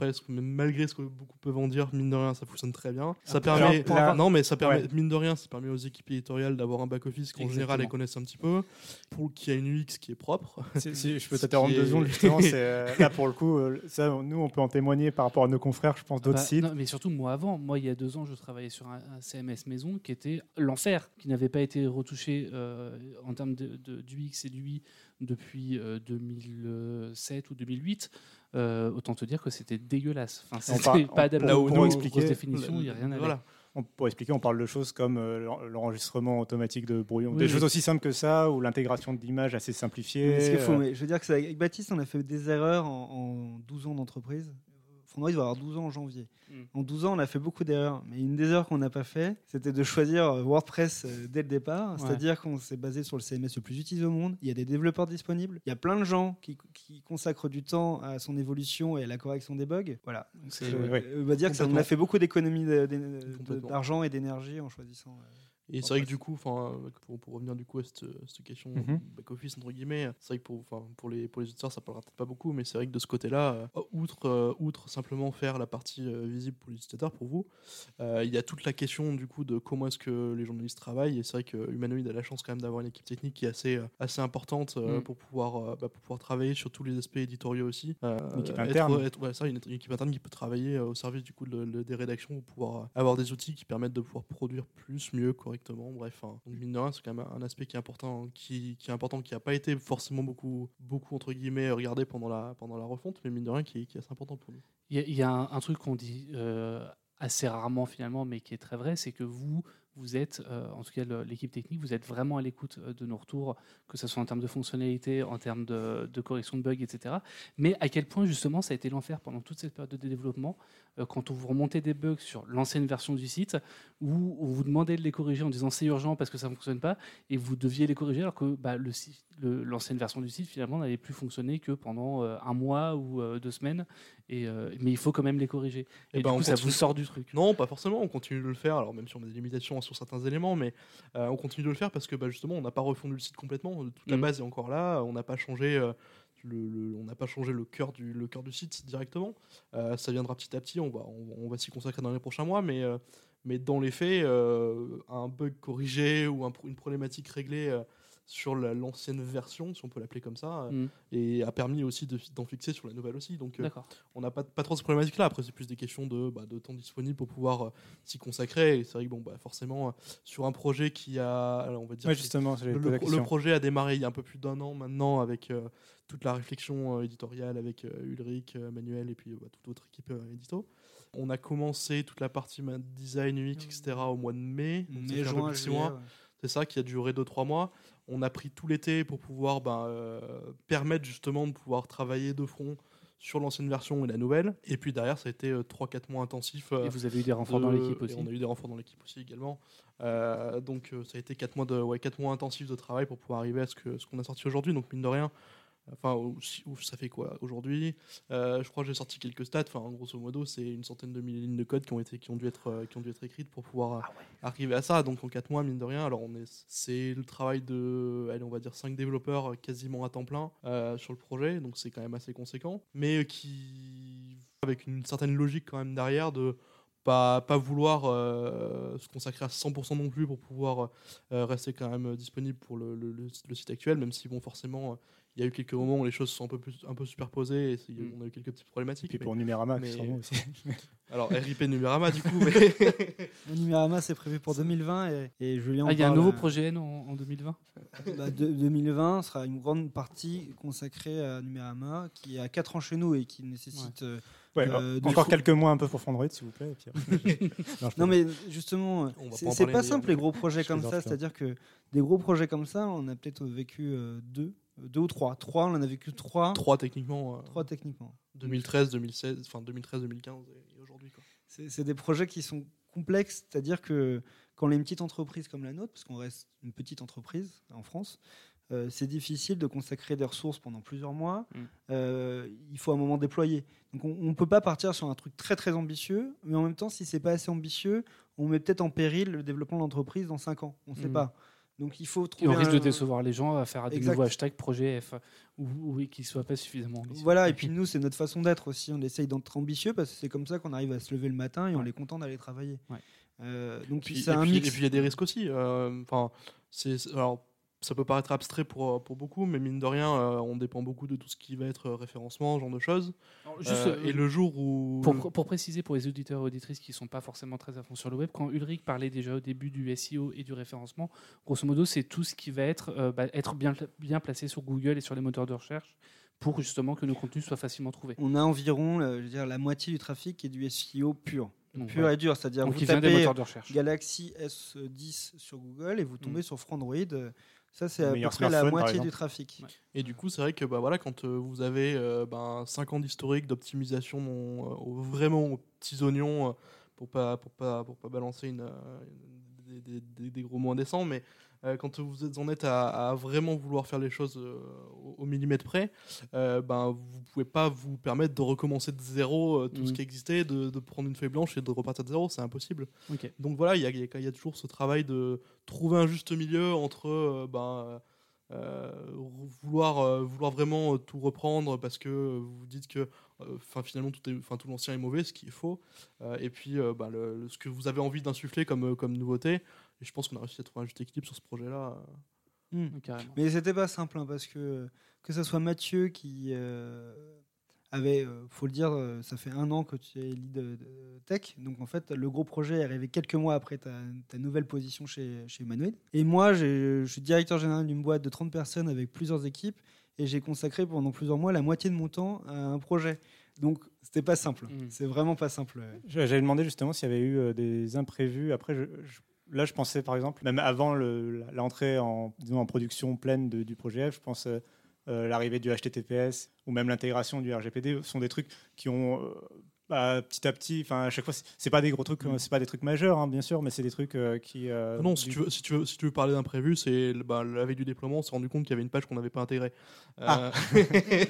malgré ce que beaucoup peuvent en dire, mine de rien, ça fonctionne très bien. Ça Ah, permet, alors, là, non, mais ça permet, ouais. mine de rien, ça permet aux équipes éditoriales d'avoir un back-office qu'en Exactement. général elles connaissent un petit peu, pour qu'il y ait une U X qui est propre. Si, si je peux Ce t'interrompre qui deux est- secondes, justement, c'est, euh, là pour le coup, euh, ça, nous on peut en témoigner par rapport à nos confrères, je pense, d'autres Bah, sites. non, mais surtout moi avant, moi il y a deux ans je travaillais sur un, un C M S maison qui était l'enfer, qui n'avait pas été retouché euh, en termes de, de, d'U X et d'U I depuis euh, deux mille sept ou deux mille huit. Euh, autant te dire que c'était dégueulasse. Enfin, On c'était par- pas on- adapté là où aux nous, grosses expliquer- définitions, il n'y a rien à Voilà. On, pour expliquer, on parle de choses comme euh, l'en- l'enregistrement automatique de brouillon, Oui, des oui. choses aussi simples que ça, ou l'intégration d'images assez simplifiées. Mais ce qu'il faut, euh, mais je veux dire que ça, avec Baptiste, on a fait des erreurs en, en douze ans d'entreprise. Frandroid va avoir douze ans en janvier. Mm. En douze ans, on a fait beaucoup d'erreurs. Mais une des erreurs qu'on n'a pas fait, c'était de choisir euh, WordPress euh, dès le départ. Ouais. C'est-à-dire qu'on s'est basé sur le C M S le plus utilisé au monde. Il y a des développeurs disponibles. Il y a plein de gens qui, qui consacrent du temps à son évolution et à la correction des bugs. Voilà. Donc, C'est- euh, ouais. on va dire que ça, on a Complètement. fait beaucoup d'économies de- de- Complètement. d'argent et d'énergie en choisissant. euh, Et c'est vrai que du coup, enfin, pour, pour revenir du coup à cette, cette question Mhm. back office entre guillemets, c'est vrai que pour, enfin, pour les pour les auditeurs, ça parlera peut-être pas beaucoup, mais c'est vrai que de ce côté-là, euh, outre euh, outre simplement faire la partie euh, visible pour les utilisateurs, pour vous, euh, il y a toute la question du coup de comment est-ce que les journalistes travaillent. Et c'est vrai que Humanoid a la chance quand même d'avoir une équipe technique qui est assez euh, assez importante euh, Mm. pour pouvoir euh, bah, pour pouvoir travailler sur tous les aspects éditoriaux aussi. Euh, Une équipe être- interne. être- ouais, ça, une, une équipe interne qui peut travailler euh, au service du coup de- de- des rédactions pour pouvoir euh, avoir des outils qui permettent de pouvoir produire plus, mieux, correctement. Bref, hein. Donc mine de rien, c'est quand même un aspect qui est important, qui, qui est important, qui n'a pas été forcément beaucoup, beaucoup entre guillemets regardé pendant la pendant la refonte, mais mine de rien, qui, est- qui est assez important pour nous. Il y, a- il y a un, un truc qu'on dit euh, assez rarement finalement, mais qui est très vrai, c'est que vous, vous êtes, euh, en tout cas le- l'équipe technique, vous êtes vraiment à l'écoute euh, de nos retours, que ce soit en termes de fonctionnalité, en termes de, de correction de bugs, et cetera. Mais à quel point justement ça a été l'enfer pendant toute cette période de développement, euh, quand on vous remontait des bugs sur l'ancienne version du site, où on vous demandait de les corriger en disant c'est urgent parce que ça ne fonctionne pas, et vous deviez les corriger alors que bah, le site- le- l'ancienne version du site finalement n'avait plus fonctionné que pendant euh, un mois ou euh, deux semaines, et, euh, mais il faut quand même les corriger. Et, Et du ben, coup, on ça continue. vous sort du truc. Non, pas forcément, on continue de le faire, alors même si on a des limitations sur certains éléments, mais euh, on continue de le faire parce que bah, justement, on n'a pas refondu le site complètement, toute la Mhm. base est encore là, on n'a pas changé. euh, Le, le- on n'a pas changé le cœur du, le cœur du site directement. Euh, ça viendra petit à petit, on va, on, on va s'y consacrer dans les prochains mois, mais, euh, mais dans les faits, euh, un bug corrigé ou un pro- une problématique réglée euh, sur la- l'ancienne version, si on peut l'appeler comme ça, euh, Mhm. et a permis aussi de- d'en fixer sur la nouvelle aussi. Donc euh, D'accord. on n'a pas, pas trop ces problématiques-là. Après, c'est plus des questions de, bah, de temps disponible pour pouvoir euh, s'y consacrer. Et c'est vrai que bon, bah, forcément, euh, sur un projet qui a, alors, on va dire, Ouais, qui- justement, j'allais le, te poser la le- le question. projet a démarré il y a un peu plus d'un an maintenant avec euh, toute la réflexion euh, éditoriale avec euh, Ulrich, euh, Manuel et puis euh, bah, toute votre équipe euh, édito. On a commencé toute la partie ma- design, U X, et cetera au mois de mai. Donc, ça mai, fait un peu juin, plus de six juillet, mois. ouais. C'est ça qui a duré deux trois mois. On a pris tout l'été pour pouvoir ben, euh, permettre justement de pouvoir travailler de front sur l'ancienne version et la nouvelle. Et puis derrière, ça a été trois quatre mois intensifs. euh, Et vous avez eu des renforts de- dans l'équipe et aussi. on a eu des renforts dans l'équipe aussi également. Euh, donc euh, ça a été quatre mois, de, ouais, quatre mois intensifs de travail pour pouvoir arriver à ce que ce qu'on a sorti aujourd'hui. Donc mine de rien, enfin aussi- ouf, ça fait quoi aujourd'hui. Euh, je crois que j'ai sorti quelques stats. Enfin grosso modo, c'est une centaine de milliers de lignes de code qui ont été qui ont dû être euh, qui ont dû être écrites pour pouvoir euh, arriver à ça. Donc en quatre mois, mine de rien. Alors on est c'est le travail de allez, on va dire cinq développeurs euh, quasiment à temps plein euh, sur le projet. Donc c'est quand même assez conséquent, mais euh, qui avec une certaine logique quand même derrière de pas, pas vouloir euh, se consacrer à cent pour cent non plus pour pouvoir euh, rester quand même disponible pour le, le, le- le site actuel, même si bon forcément euh, il y a eu quelques moments où les choses se sont un peu, plus, un peu superposées et c'est- Mm. on a eu quelques petites Et problématiques. puis mais- pour Numérama, mais- qui sera bon aussi. Alors R I P Numérama du coup, mais Le Numérama, c'est prévu pour deux mille vingt et, et Julien. Ah, il y a un parle, nouveau euh, projet N en, en deux mille vingt. bah, de- deux mille vingt sera une grande partie consacrée à Numérama qui a quatre ans chez nous et qui nécessite. euh, Ouais, Euh, de encore fou- quelques mois un peu pour Frandroid, s'il vous plaît. Et puis après, non, je Non, peux- mais justement, On va c'est pas en c'est parler pas d'ailleurs. simple les gros projets Je comme plaisante, ça. putain. C'est-à-dire que des gros projets comme ça, on a peut-être vécu euh, deux, euh, deux ou trois. Trois, on en a vécu trois. trois techniquement, euh, Trois techniquement. deux mille treize, deux mille seize, enfin deux mille treize, deux mille quinze et aujourd'hui quoi. C'est c'est des projets qui sont complexes, c'est-à-dire que quand on est une petite entreprise comme la nôtre, parce qu'on reste une petite entreprise en France, euh, c'est difficile de consacrer des ressources pendant plusieurs mois. Mm. Euh, il faut un moment déployer. Donc on ne peut pas partir sur un truc très très ambitieux, mais en même temps, si c'est pas assez ambitieux, on met peut-être en péril le développement de l'entreprise dans cinq ans. On ne sait Mm. pas. Donc il faut trouver. Et on risque un... de décevoir les gens à faire des exact. nouveaux hashtags projet F ou, ou qui ne soient pas suffisamment ambitieux. Voilà, et puis nous, c'est notre façon d'être aussi. On essaye d'être ambitieux parce que c'est comme ça qu'on arrive à se lever le matin et ouais. on est content d'aller travailler. Ouais. Euh, donc puis, c'est un puis, mix. Et puis il y a des risques aussi. Enfin, euh, c'est, c'est alors. Ça peut paraître abstrait pour, pour beaucoup, mais mine de rien, euh, on dépend beaucoup de tout ce qui va être référencement, ce genre de choses. Alors, juste, euh, euh, et le jour où... Pour, pour préciser pour les auditeurs et auditrices qui ne sont pas forcément très à fond sur le web, quand Ulrich parlait déjà au début du S E O et du référencement, grosso modo, c'est tout ce qui va être, euh, bah, être bien, bien placé sur Google et sur les moteurs de recherche pour justement que nos contenus soient facilement trouvés. On a environ euh, je veux dire, la moitié du trafic qui est du S E O pur. Donc, pur ouais. et dur, c'est-à-dire Donc, vous tapez Galaxy S dix sur Google et vous tombez mmh. sur Frandroid. Ça, c'est à peu près la moitié du trafic. Ouais. Et du coup, c'est vrai que bah, voilà, quand euh, vous avez euh, bah, cinq ans d'historique d'optimisation euh, vraiment aux petits oignons, euh, pour pas, pour pas, pour pas balancer une, euh, des, des, des, des gros mots indécents, mais euh, quand vous êtes en êtes à, à vraiment vouloir faire les choses euh, au, au millimètre près, euh, ben, vous ne pouvez pas vous permettre de recommencer de zéro euh, tout mmh. ce qui existait, de, de prendre une feuille blanche et de repartir de zéro, c'est impossible. Okay. Donc voilà, il y, y, y a toujours ce travail de trouver un juste milieu entre euh, ben, euh, vouloir, euh, vouloir vraiment tout reprendre parce que vous vous dites que euh, finalement tout, est, tout l'ancien est mauvais, ce qui est faux, euh, et puis euh, ben, le, le, ce que vous avez envie d'insuffler comme, comme nouveauté. Et je pense qu'on a réussi à trouver un juste équilibre sur ce projet-là. Mmh. Mais c'était pas simple, hein, parce que que ce soit Mathieu qui euh, avait, euh, faut le dire, euh, ça fait un an que tu es lead de, de tech, donc en fait le gros projet est arrivé quelques mois après ta, ta nouvelle position chez, chez Humanoid. Et moi, j'ai, je suis directeur général d'une boîte de trente personnes avec plusieurs équipes, et j'ai consacré pendant plusieurs mois la moitié de mon temps à un projet. Donc c'était pas simple, mmh. c'est vraiment pas simple. J'avais demandé justement s'il y avait eu euh, des imprévus. Après, je, je... Là, je pensais, par exemple, même avant le, l'entrée en, disons, en production pleine de, du projet F, je pense euh, euh, l'arrivée du H T T P S ou même l'intégration du R G P D sont des trucs qui ont euh, bah, petit à petit, enfin à chaque fois, c'est, c'est pas des gros trucs, mmh. c'est pas des trucs majeurs, hein, bien sûr, mais c'est des trucs euh, qui. Euh, non, si tu, veux, si, tu veux, si tu veux parler d'imprévu, c'est bah, la veille du déploiement, on s'est rendu compte qu'il y avait une page qu'on n'avait pas intégrée. Ah. Euh,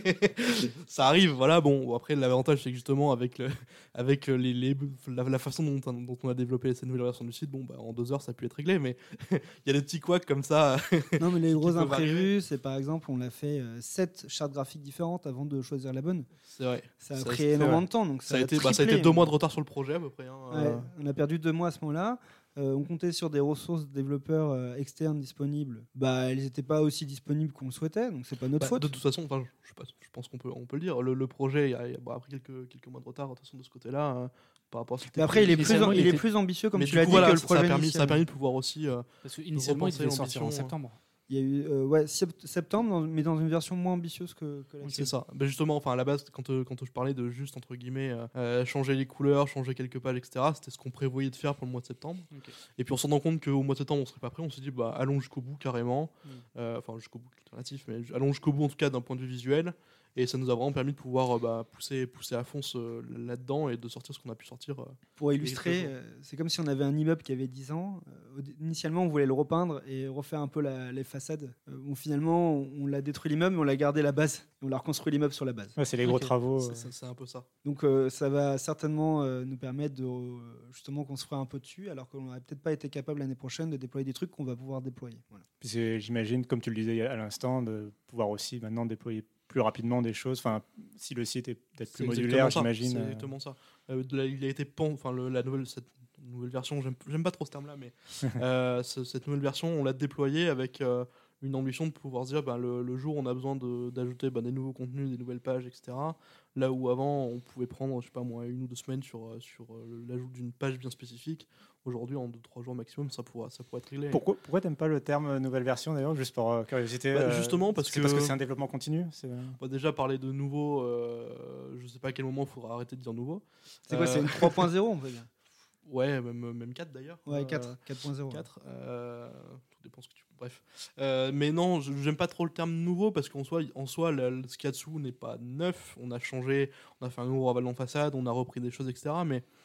ça arrive, voilà. Bon, après, l'avantage, c'est que justement, avec, le, avec les, les, la, la façon dont, dont on a développé cette nouvelle version du site, bon, bah, en deux heures, ça a pu être réglé, mais il y a des petits couacs comme ça. Non, mais les gros imprévus, c'est par exemple, on a fait euh, sept chartes graphiques différentes avant de choisir la bonne. C'est vrai. Ça a ça, pris énormément de temps. Donc ça, ça, a été, triplé, bah, ça a été deux mois de retard sur le projet, à peu près. Hein, ouais, euh... On a perdu deux mois à ce moment-là. Euh, on comptait sur des ressources développeurs euh, externes disponibles. Bah, elles n'étaient pas aussi disponibles qu'on le souhaitait, donc c'est pas notre bah, faute. De toute façon, je, sais pas, je pense qu'on peut, on peut le dire. Le, le projet, il a, il a bon, après quelques, quelques mois de retard, de toute façon, de ce côté-là, hein, par rapport à ce Mais après, il est, plus, il, il est plus ambitieux, comme mais tu l'as coup, dit, voilà, que le projet ça a, permis, initial. ça a permis de pouvoir aussi. Euh, Parce qu'initialement, il devait sortir en septembre. Il y a eu euh, ouais, septembre, dans, mais dans une version moins ambitieuse que, que la oui, c'est ça. Ben justement, enfin, à la base, quand, euh, quand je parlais de juste, entre guillemets, euh, changer les couleurs, changer quelques pages, et cetera, c'était ce qu'on prévoyait de faire pour le mois de septembre. Okay. Et puis, on s'en rend compte qu'au mois de septembre, on serait pas prêt. On s'est dit, bah, allons jusqu'au bout, carrément. Mm. Euh, enfin, jusqu'au bout, alternatif, mais allons jusqu'au bout, en tout cas, d'un point de vue visuel. Et ça nous a vraiment permis de pouvoir bah, pousser, pousser à fond ce, là-dedans et de sortir ce qu'on a pu sortir. Euh, Pour illustrer, euh, c'est comme si on avait un immeuble qui avait dix ans. Euh, initialement, on voulait le repeindre et refaire un peu la, les façades. Euh, bon, finalement, on, on l'a détruit l'immeuble, mais on l'a gardé la base. Et on l'a reconstruit l'immeuble sur la base. Ouais, c'est les gros okay. travaux. C'est, c'est, c'est un peu ça. Donc euh, ça va certainement euh, nous permettre de euh, justement construire un peu dessus, alors qu'on n'aurait peut-être pas été capable l'année prochaine de déployer des trucs qu'on va pouvoir déployer. Voilà. Puis j'imagine, comme tu le disais à l'instant, de pouvoir aussi maintenant déployer plus rapidement des choses. Enfin, si le site est peut-être plus c'est modulaire, j'imagine. C'est exactement ça. Euh, il a été pen... enfin, le, la nouvelle, cette nouvelle version, j'aime, j'aime pas trop ce terme-là, mais euh, ce, cette nouvelle version, on l'a déployée avec euh, une ambition de pouvoir se dire, ben, le, le jour où on a besoin de, d'ajouter ben, des nouveaux contenus, des nouvelles pages, et cetera. Là où avant, on pouvait prendre, je sais pas moi, une ou deux semaines sur, sur l'ajout d'une page bien spécifique. Aujourd'hui, en deux trois jours maximum, ça pourra, ça pourra être réglé. Pourquoi, pourquoi t'aimes pas le terme nouvelle version d'ailleurs, juste pour euh, curiosité? Bah, justement parce c'est que parce que c'est un développement continu. C'est... Bah, déjà parler de nouveau, euh, je sais pas à quel moment il faudra arrêter de dire nouveau. C'est quoi, euh... c'est une trois point zéro on peut dire? Ouais, même, même quatre d'ailleurs. Ouais, quatre, quatre point zéro. quatre, euh, tout dépend ce que tu... Bref. Euh, mais non, j'aime pas trop le terme nouveau parce qu'en soi, en soi la, ce qu'il y a dessous n'est pas neuf. On a changé, on a fait un nouveau ravalement de façade, on a repris des choses, et cetera. Mais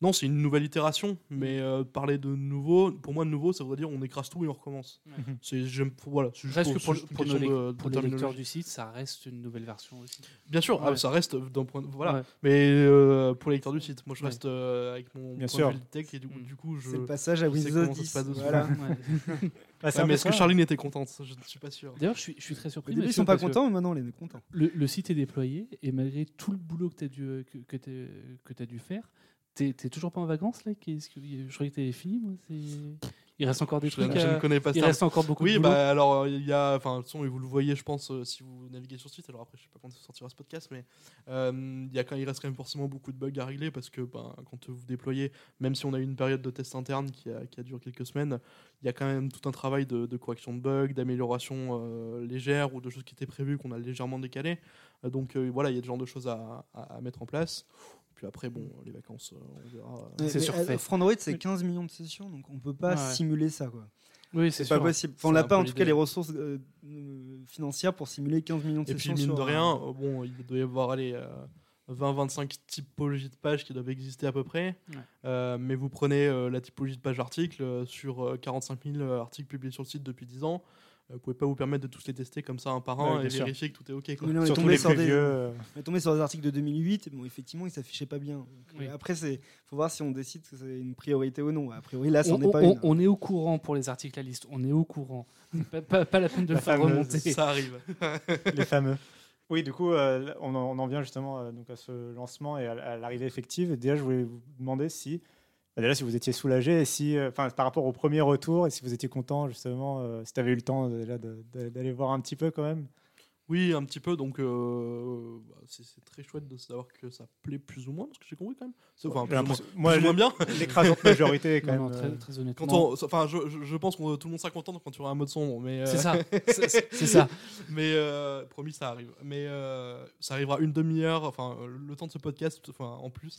Non, c'est une nouvelle itération, mais euh, parler de nouveau, pour moi, de nouveau, ça voudrait dire on écrase tout et on recommence. Ouais. C'est, j'aime, voilà, c'est juste Reste pour, que pour, juste une pour, nos question lec- de- de pour les lecteurs terminologie. du site, ça reste une nouvelle version aussi. Bien sûr, Ouais. ah, ça reste d'un point de voilà. Ouais. Mais euh, pour les lecteurs du site, moi je Ouais. reste euh, avec mon Bien point sûr. de vue de tech et du, coup- Mm. du coup je. C'est le passage à je sais Windows comment ça se dix. passe dessus. Voilà. Ouais. Ah, c'est Ouais, un mais peu est-ce que ça. Charline était contente? Je ne suis pas sûr. D'ailleurs, je suis, je suis très Au surpris. début, ils Mathieu, sont pas parce que contents, mais maintenant, on est contents. Le, le site est déployé et malgré tout le boulot que tu as dû, que, que t'es- que t'as dû faire, t'es t'es toujours pas en vacances là? Qu'est-ce que- Je croyais que t'avais fini. Moi. C'est- Il reste encore des Je, trucs. je à- ne connais pas Il ça. reste encore beaucoup Oui, de boulot. bah alors il y a, enfin, de toute façon, et vous le voyez, je pense, euh, si vous naviguez sur le site. Alors après, je sais pas quand sortira ce podcast, mais euh, il y a quand il reste quand même forcément beaucoup de bugs à régler parce que ben, quand vous déployez, même si on a eu une période de test interne qui a, qui a duré quelques semaines, il y a quand même tout un travail de, de correction de bugs, d'amélioration euh, légère ou de choses qui étaient prévues qu'on a légèrement décalées. Euh, donc euh, voilà, il y a ce genre de choses à, à, à mettre en place. Puis après, bon, les vacances, euh, on verra. euh, Mais- C'est mais, surfait. euh, Frandroid, c'est quinze millions de sessions, donc on peut pas Ouais. simuler ça. Quoi. Oui, c'est C'est pas sûr. possible. Enfin, on C'est n'a un pas peu en tout cas l'idée. les ressources euh, euh, financières pour simuler quinze millions de Et puis, sessions. mine sur de un- rien, euh, bon, il doit y avoir allez, euh, vingt vingt-cinq typologies de pages qui doivent exister à peu près. Ouais. Euh, mais vous prenez euh, la typologie de page article euh, sur euh, quarante-cinq mille articles publiés sur le site depuis dix ans. Euh, vous pouvez pas vous permettre de tous les tester comme ça un par un Ouais, bien et sûr. vérifier que tout est OK. Quoi. Mais là, on est Surtout tombé les sur plus des- vieux. euh, On est tombé sur des articles de deux mille huit, bon, effectivement, ils s'affichaient pas bien. Donc, Oui. euh, Après, il faut voir si on décide que c'est une priorité ou non. A priori, là, ça On, n'en est pas on- une. on est au courant pour les articles à liste. On est au courant. pas, pas- pas la peine de La le faire fameuse- remonter. Ça arrive. les fameux. Oui, du coup, euh, on, en, on en vient justement euh, donc à ce lancement et à, à l'arrivée effective. Et déjà, je voulais vous demander si, bah, déjà, si vous étiez soulagé, et si, euh, enfin, par rapport au premier retour, et si vous étiez content justement, euh, si tu avais eu le temps euh, déjà de- de- d'aller voir un petit peu quand même. Oui, un petit peu. Donc, euh, bah, c'est c'est très chouette de savoir que ça plaît plus ou moins, parce que j'ai compris quand même. C'est- Enfin, J'ai plus ou moins, l'impression- plus moi, ou moins le- bien. l'écrasante majorité quand Non, même. non, très, euh, très honnêtement. Quand on, enfin, je, je- je pense que tout le monde sera content quand il y aura un mode sombre, mais euh, C'est ça. C'est c'est ça. mais euh, promis, ça arrive. Mais euh, ça arrivera une demi-heure, enfin euh, le temps de ce podcast, enfin en plus.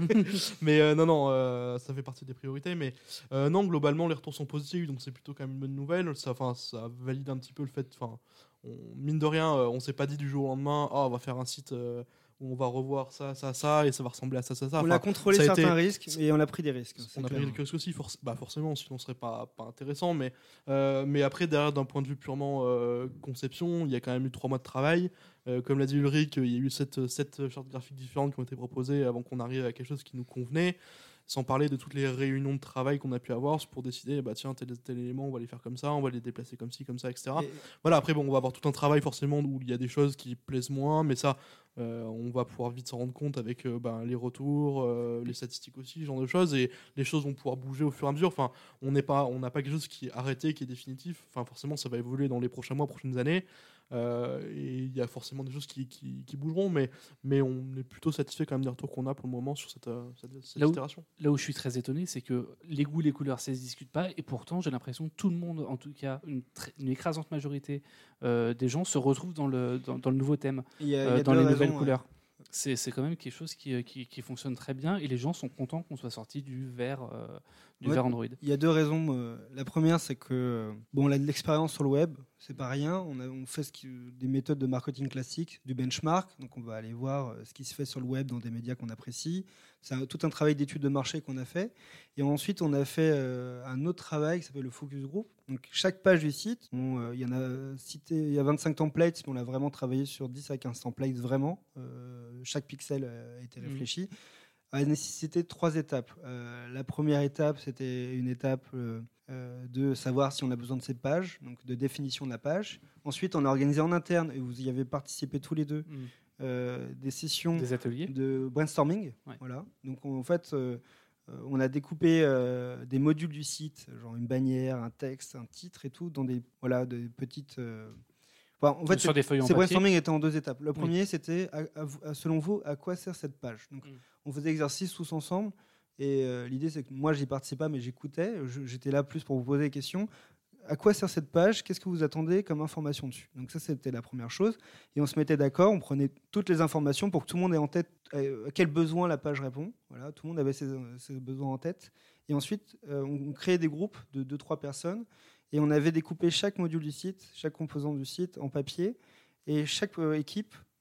mais euh, non, non, euh, ça fait partie des priorités. Mais euh, non, globalement, les retours sont positifs, donc c'est plutôt quand même une bonne nouvelle. Ça, enfin, ça valide un petit peu le fait, enfin, on- mine de rien, euh, on s'est pas dit du jour au lendemain, ah, on va faire un site euh, où on va revoir ça, ça, ça, et ça va ressembler à ça, ça, ça. On Enfin, a contrôlé ça a certains été- risques et on a pris des risques. c'est on a clair. pris quelques risques aussi, forc- bah forcément, sinon ce serait pas, pas intéressant. Mais, euh, mais après, derrière, d'un point de vue purement euh, conception, il y a quand même eu trois mois de travail. Euh, comme l'a dit Ulrich, il y a eu sept, sept chartes graphiques différentes qui ont été proposées avant qu'on arrive à quelque chose qui nous convenait. Sans parler de toutes les réunions de travail qu'on a pu avoir pour décider, bah tiens, tel, tel élément, on va les faire comme ça, on va les déplacer comme ci, comme ça, et cetera. Et- Voilà, après, bon, on va avoir tout un travail forcément où il y a des choses qui plaisent moins, mais ça, euh, on va pouvoir vite s'en rendre compte avec euh, ben, les retours, euh, les statistiques aussi, ce genre de choses, et les choses vont pouvoir bouger au fur et à mesure. Enfin, on n'est pas, on n'a pas quelque chose qui est arrêté, qui est définitif. Enfin, forcément, ça va évoluer dans les prochains mois, prochaines années. Euh, et il y a forcément des choses qui, qui, qui bougeront, mais, mais on est plutôt satisfait quand même des retours qu'on a pour le moment sur cette, euh, cette, cette Là où- itération. Là où je suis très étonné, c'est que les goûts, les couleurs, ça ne se discute pas. Et pourtant, j'ai l'impression que tout le monde, en tout cas une, très- une écrasante majorité euh, des gens, se retrouvent dans le, dans, dans le nouveau thème, il y a- il y euh, a dans deux les raisons, nouvelles ouais. couleurs. C'est c'est quand même quelque chose qui, euh, qui, qui fonctionne très bien. Et les gens sont contents qu'on soit sorti du vert, euh, du Ouais. vert Android. Il y a deux raisons. euh, La première, c'est que euh, bon, on a de l'expérience sur le web, c'est pas rien. On, a, on fait ce qui- des méthodes de marketing classiques, du benchmark. Donc, on va aller voir euh, ce qui se fait sur le web dans des médias qu'on apprécie. C'est un- tout un travail d'étude de marché qu'on a fait. Et ensuite, on a fait euh, un autre travail qui s'appelle le focus group. Donc, chaque page du site, on, euh, il y en a cité, il y a vingt-cinq templates, mais on a vraiment travaillé sur dix à quinze templates vraiment. Euh, chaque pixel a été Mhm. réfléchi. A nécessité trois étapes. Euh, la première étape, c'était une étape euh, euh, de savoir si on a besoin de cette page, donc de définition de la page. Ensuite, on a organisé en interne, et vous y avez participé tous les deux, Mm. euh, des sessions Des ateliers. de brainstorming. Ouais. Voilà. Donc, en fait, euh, euh, on a découpé euh, des modules du site, genre une bannière, un texte, un titre et tout, dans des, voilà, des petites... euh, enfin, en fait, Sur des feuilles en ces papier. brainstorming étaient en deux étapes. Le Oui. premier, c'était, à- à vous- à- selon vous, à quoi sert cette page? Donc, Mm. on faisait exercice tous ensemble. Et euh, l'idée, c'est que moi, j'y participais pas, mais j'écoutais. Je- J'étais là plus pour vous poser des questions. À quoi sert cette page? Qu'est-ce que vous attendez comme information dessus? Donc ça, c'était la première chose. Et on se mettait d'accord, on prenait toutes les informations pour que tout le monde ait en tête euh, à quel besoin la page répond. Voilà, tout le monde avait ses, ses besoins en tête. Et ensuite, euh, on, on créait des groupes de deux trois personnes. Et on avait découpé chaque module du site, chaque composant du site en papier. Et chaque euh, équipe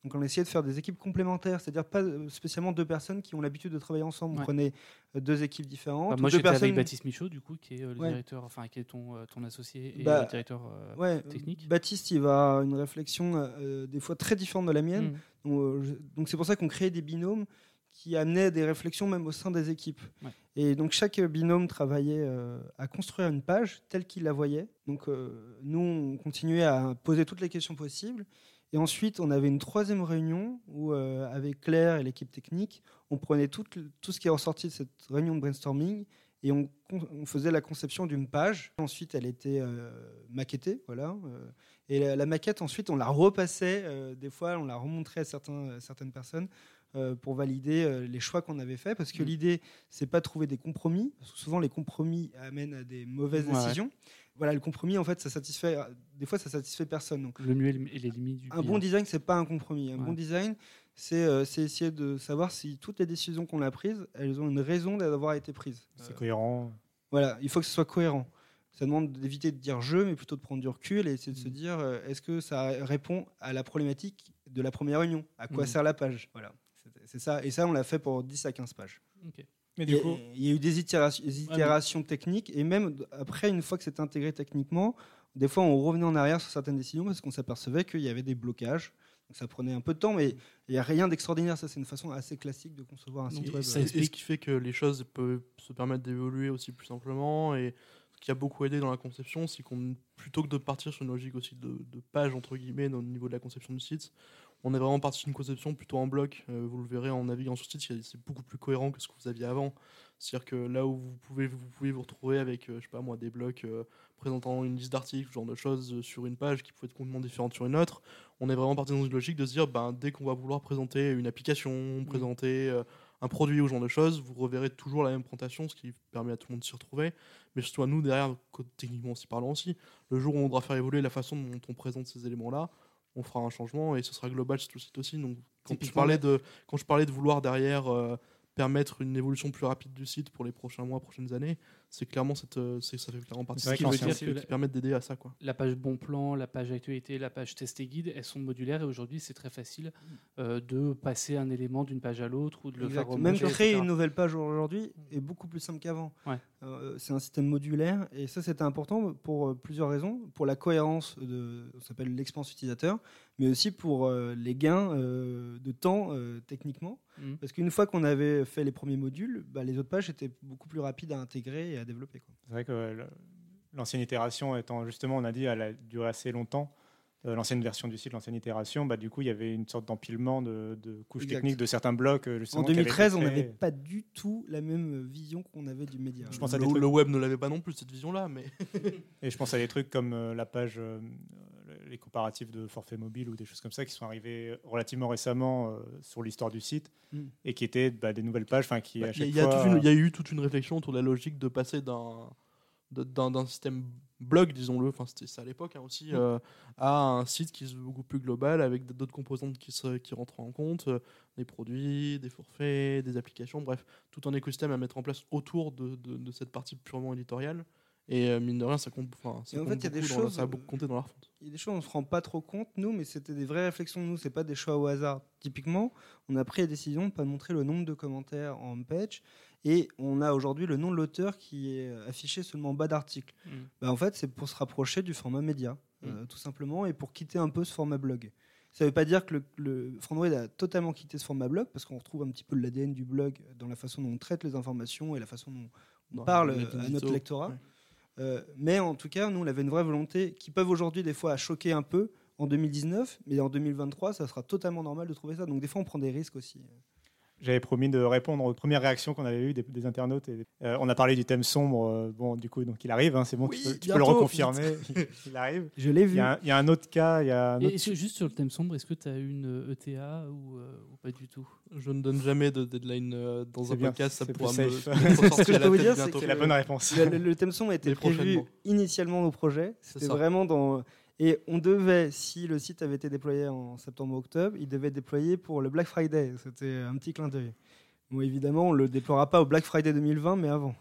Donc on essayait de faire des équipes complémentaires, c'est-à-dire pas spécialement deux personnes qui ont l'habitude de travailler ensemble. Ouais. On prenait deux équipes différentes. Bah, moi deux j'étais personnes... avec Baptiste Michaud, du coup, qui est le ouais. directeur, enfin qui est ton, ton associé et bah, le directeur euh, ouais, technique. Baptiste, il va avoir une réflexion euh, des fois très différente de la mienne. Mmh. Donc, euh, je... donc c'est pour ça qu'on créait des binômes qui amenaient des réflexions même au sein des équipes. Ouais. Et donc chaque binôme travaillait euh, à construire une page telle qu'il la voyait. Donc euh, nous, on continuait à poser toutes les questions possibles. Et ensuite, on avait une troisième réunion où, euh, avec Claire et l'équipe technique, on prenait tout, tout ce qui est ressorti de cette réunion de brainstorming et on, on faisait la conception d'une page. Ensuite, elle était euh, maquettée, voilà. Euh, et la, la maquette, ensuite, on la repassait. Euh, des fois, on la remontrait à, certains, à certaines personnes euh, pour valider euh, les choix qu'on avait faits. Parce que mmh. l'idée, c'est pas de trouver des compromis. Parce que souvent, les compromis amènent à des mauvaises ouais, décisions. Ouais. Voilà, le compromis, en fait, ça satisfait. Des fois, ça satisfait personne. Donc, le mieux et les limites du Un client. Bon design, c'est pas un compromis. Un ouais. bon design, c'est, euh, c'est essayer de savoir si toutes les décisions qu'on a prises, elles ont une raison d'avoir été prises. C'est euh, cohérent. Voilà, il faut que ce soit cohérent. Ça demande d'éviter de dire je, mais plutôt de prendre du recul et essayer de mmh. se dire euh, est-ce que ça répond à la problématique de la première réunion ? À quoi mmh. sert la page ? Voilà, c'est, c'est ça. Et ça, on l'a fait pour dix à quinze pages. Okay. Mais du coup, il y a eu des itérations, des itérations ouais, mais... techniques et même après, une fois que c'était intégré techniquement, des fois on revenait en arrière sur certaines décisions parce qu'on s'apercevait qu'il y avait des blocages. Donc ça prenait un peu de temps, mais il n'y a rien d'extraordinaire. Ça, c'est une façon assez classique de concevoir un site web. Ça explique... Et ce qui fait que les choses peuvent se permettre d'évoluer aussi plus simplement. Et ce qui a beaucoup aidé dans la conception, c'est qu'on, plutôt que de partir sur une logique aussi de, de page entre guillemets au niveau de la conception du site, on est vraiment parti sur une conception plutôt en bloc. Euh, vous le verrez en naviguant sur le site, c'est beaucoup plus cohérent que ce que vous aviez avant. C'est-à-dire que là où vous pouvez vous, pouvez vous retrouver avec euh, je sais pas moi, des blocs euh, présentant une liste d'articles, ce genre de choses euh, sur une page qui peut être complètement différente sur une autre, on est vraiment parti dans une logique de se dire ben, dès qu'on va vouloir présenter une application, mmh. présenter euh, un produit ou ce genre de choses, vous reverrez toujours la même présentation, ce qui permet à tout le monde de s'y retrouver. Mais surtout à nous, derrière, techniquement aussi parlant aussi, le jour où on devra faire évoluer la façon dont on présente ces éléments-là, on fera un changement et ce sera global sur le site aussi. Donc, quand, je parlais de, quand je parlais de vouloir derrière euh, permettre une évolution plus rapide du site pour les prochains mois, prochaines années, c'est clairement cette, c'est, ça fait clairement partie de ce qui veut dire qui, qui permettent d'aider à ça, quoi. La page bon plan, la page actualité, la page test et guide, elles sont modulaires et aujourd'hui c'est très facile euh, de passer un élément d'une page à l'autre ou de le exact. faire remonter. Même créer et cetera une nouvelle page aujourd'hui est beaucoup plus simple qu'avant. Ouais. Euh, c'est un système modulaire et ça c'était important pour euh, plusieurs raisons. Pour la cohérence de, ça s'appelle l'expérience utilisateur, mais aussi pour euh, les gains euh, de temps euh, techniquement. Mmh. Parce qu'une fois qu'on avait fait les premiers modules, bah, les autres pages étaient beaucoup plus rapides à intégrer et à développer, quoi. C'est vrai que euh, l'ancienne itération étant justement, on a dit, elle a duré assez longtemps. Euh, l'ancienne version du site, l'ancienne itération, bah, du coup, il y avait une sorte d'empilement de, de couches exact. techniques de certains blocs. Justement, en deux mille treize, on n'avait pas du tout la même vision qu'on avait du média. Je pense à le, trucs... le web ne l'avait pas non plus, cette vision-là. Mais... Et je pense à des trucs comme euh, la page, euh, les comparatifs de forfait mobile ou des choses comme ça qui sont arrivés relativement récemment euh, sur l'histoire du site mm. et qui étaient bah, des nouvelles pages. Qui, bah, à chaque y a fois, une, il y a eu toute une réflexion autour de la logique de passer d'un, de, d'un, d'un système blog, disons-le, enfin c'était ça à l'époque hein, aussi, mmh. euh, à un site qui est beaucoup plus global avec d'autres composantes qui, se, qui rentrent en compte, euh, des produits, des forfaits, des applications, bref, tout un écosystème à mettre en place autour de, de, de cette partie purement éditoriale. Et euh, mine de rien, ça compte, ça, compte en fait, beaucoup, y a des dans, choses, ça a beaucoup compté dans la refonte. Il y a des choses on ne se rend pas trop compte, nous, mais c'était des vraies réflexions de nous, c'est pas des choix au hasard. Typiquement, on a pris la décision de ne pas montrer le nombre de commentaires en homepage. Et on a aujourd'hui le nom de l'auteur qui est affiché seulement en bas d'article. Mmh. Bah en fait, c'est pour se rapprocher du format média, mmh. euh, tout simplement, et pour quitter un peu ce format blog. Ça ne veut pas dire que le, le Frandroid a totalement quitté ce format blog, parce qu'on retrouve un petit peu l'A D N du blog dans la façon dont on traite les informations et la façon dont on non, parle à notre lectorat. Ouais. Euh, mais en tout cas, nous, on avait une vraie volonté, qui peuvent aujourd'hui des fois choquer un peu en deux mille dix-neuf, mais en deux mille vingt-trois, ça sera totalement normal de trouver ça. Donc des fois, on prend des risques aussi. J'avais promis de répondre aux premières réactions qu'on avait eues des, des internautes. Et, euh, on a parlé du thème sombre. Euh, bon, du coup, donc il arrive. Hein, c'est bon, oui, tu, peux, tu peux le reconfirmer. il, il arrive. Je l'ai vu. Il y a un, il y a un autre cas. Il y a un autre... Et juste sur le thème sombre, est-ce que tu as eu une E T A ou, euh, ou pas du tout ? Je ne donne jamais de deadline euh, dans c'est un bien, podcast. Ça pourra me, Ce que je peux vous dire, c'est que c'est la bonne réponse. Le, le thème sombre a été prévu initialement au projet. C'était vraiment dans... Et on devait, si le site avait été déployé en septembre-octobre, il devait être déployé pour le Black Friday. C'était un petit clin d'œil. Bon, évidemment, on ne le déploiera pas au Black Friday deux mille vingt, mais avant.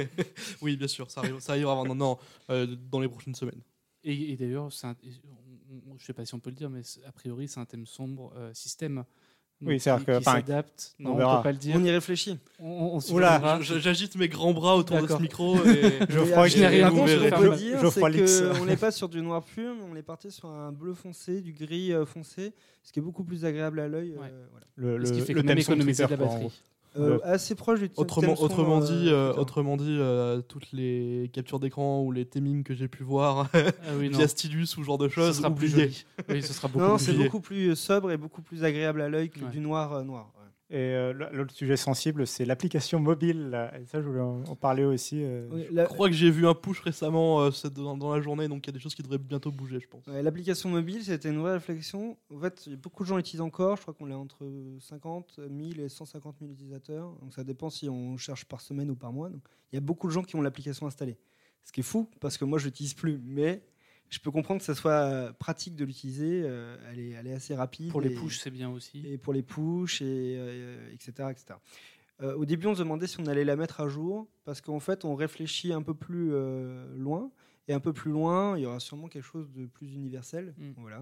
Oui, bien sûr, ça, arrive, ça arrivera avant, non, non, euh, dans les prochaines semaines. Et, et d'ailleurs, c'est un, je ne sais pas si on peut le dire, mais a priori, c'est un thème sombre euh, système. Oui, c'est-à-dire qui, que, qui s'adapte. on Non, on verra. peut pas le dire. On y réfléchit. On, on Oula, Je- J'agite mes grands bras autour D'accord. de ce micro. Et... Geoffroy, je n'ai rien Par contre, contre, ce je qu'on vais peut faire dire, Geoffroy c'est Lix. qu'on n'est pas sur du noir pur, mais on est parti sur un bleu foncé, du gris euh, foncé, ce qui est beaucoup plus agréable à l'œil. euh, Ouais. voilà. Le, le, Ce qui fait le quand même thème son économiser de Twitter, la quoi, en batterie. gros. Euh, Ouais. assez proche du Autrement, thème son, autrement euh, dit, euh, Twitter. autrement dit euh, toutes les captures d'écran ou les theming que j'ai pu voir Ah oui, non. via Stylus ou ce genre de Ce choses, sera plus oubliez. joli. Oui, ce sera beaucoup Non, plus c'est oublié. beaucoup plus sobre et beaucoup plus agréable à l'œil que Ouais. du noir euh, noir. ouais. Et euh, l'autre sujet sensible, c'est l'application mobile. Là. Et ça, je voulais en, en parler aussi. euh. Oui, Je la- crois que j'ai vu un push récemment euh, c'est dans, dans la journée, donc il y a des choses qui devraient bientôt bouger, je pense. ouais, L'application mobile, c'était une vraie réflexion. En fait, beaucoup de gens l'utilisent encore. Je crois qu'on est entre cinquante mille et cent cinquante mille utilisateurs. Donc ça dépend si on cherche par semaine ou par mois. Donc, il y a beaucoup de gens qui ont l'application installée. Ce qui est fou, parce que moi, je l'utilise plus. Mais je peux comprendre que ça soit pratique de l'utiliser. Euh, elle, est, elle est assez rapide. Pour les et- pushs, c'est bien aussi. et pour les push, et, euh, et cetera, et cetera. Euh, au début, on se demandait si on allait la mettre à jour, parce qu'en fait, on réfléchit un peu plus euh, loin, et un peu plus loin, il y aura sûrement quelque chose de plus universel. Mm. Voilà.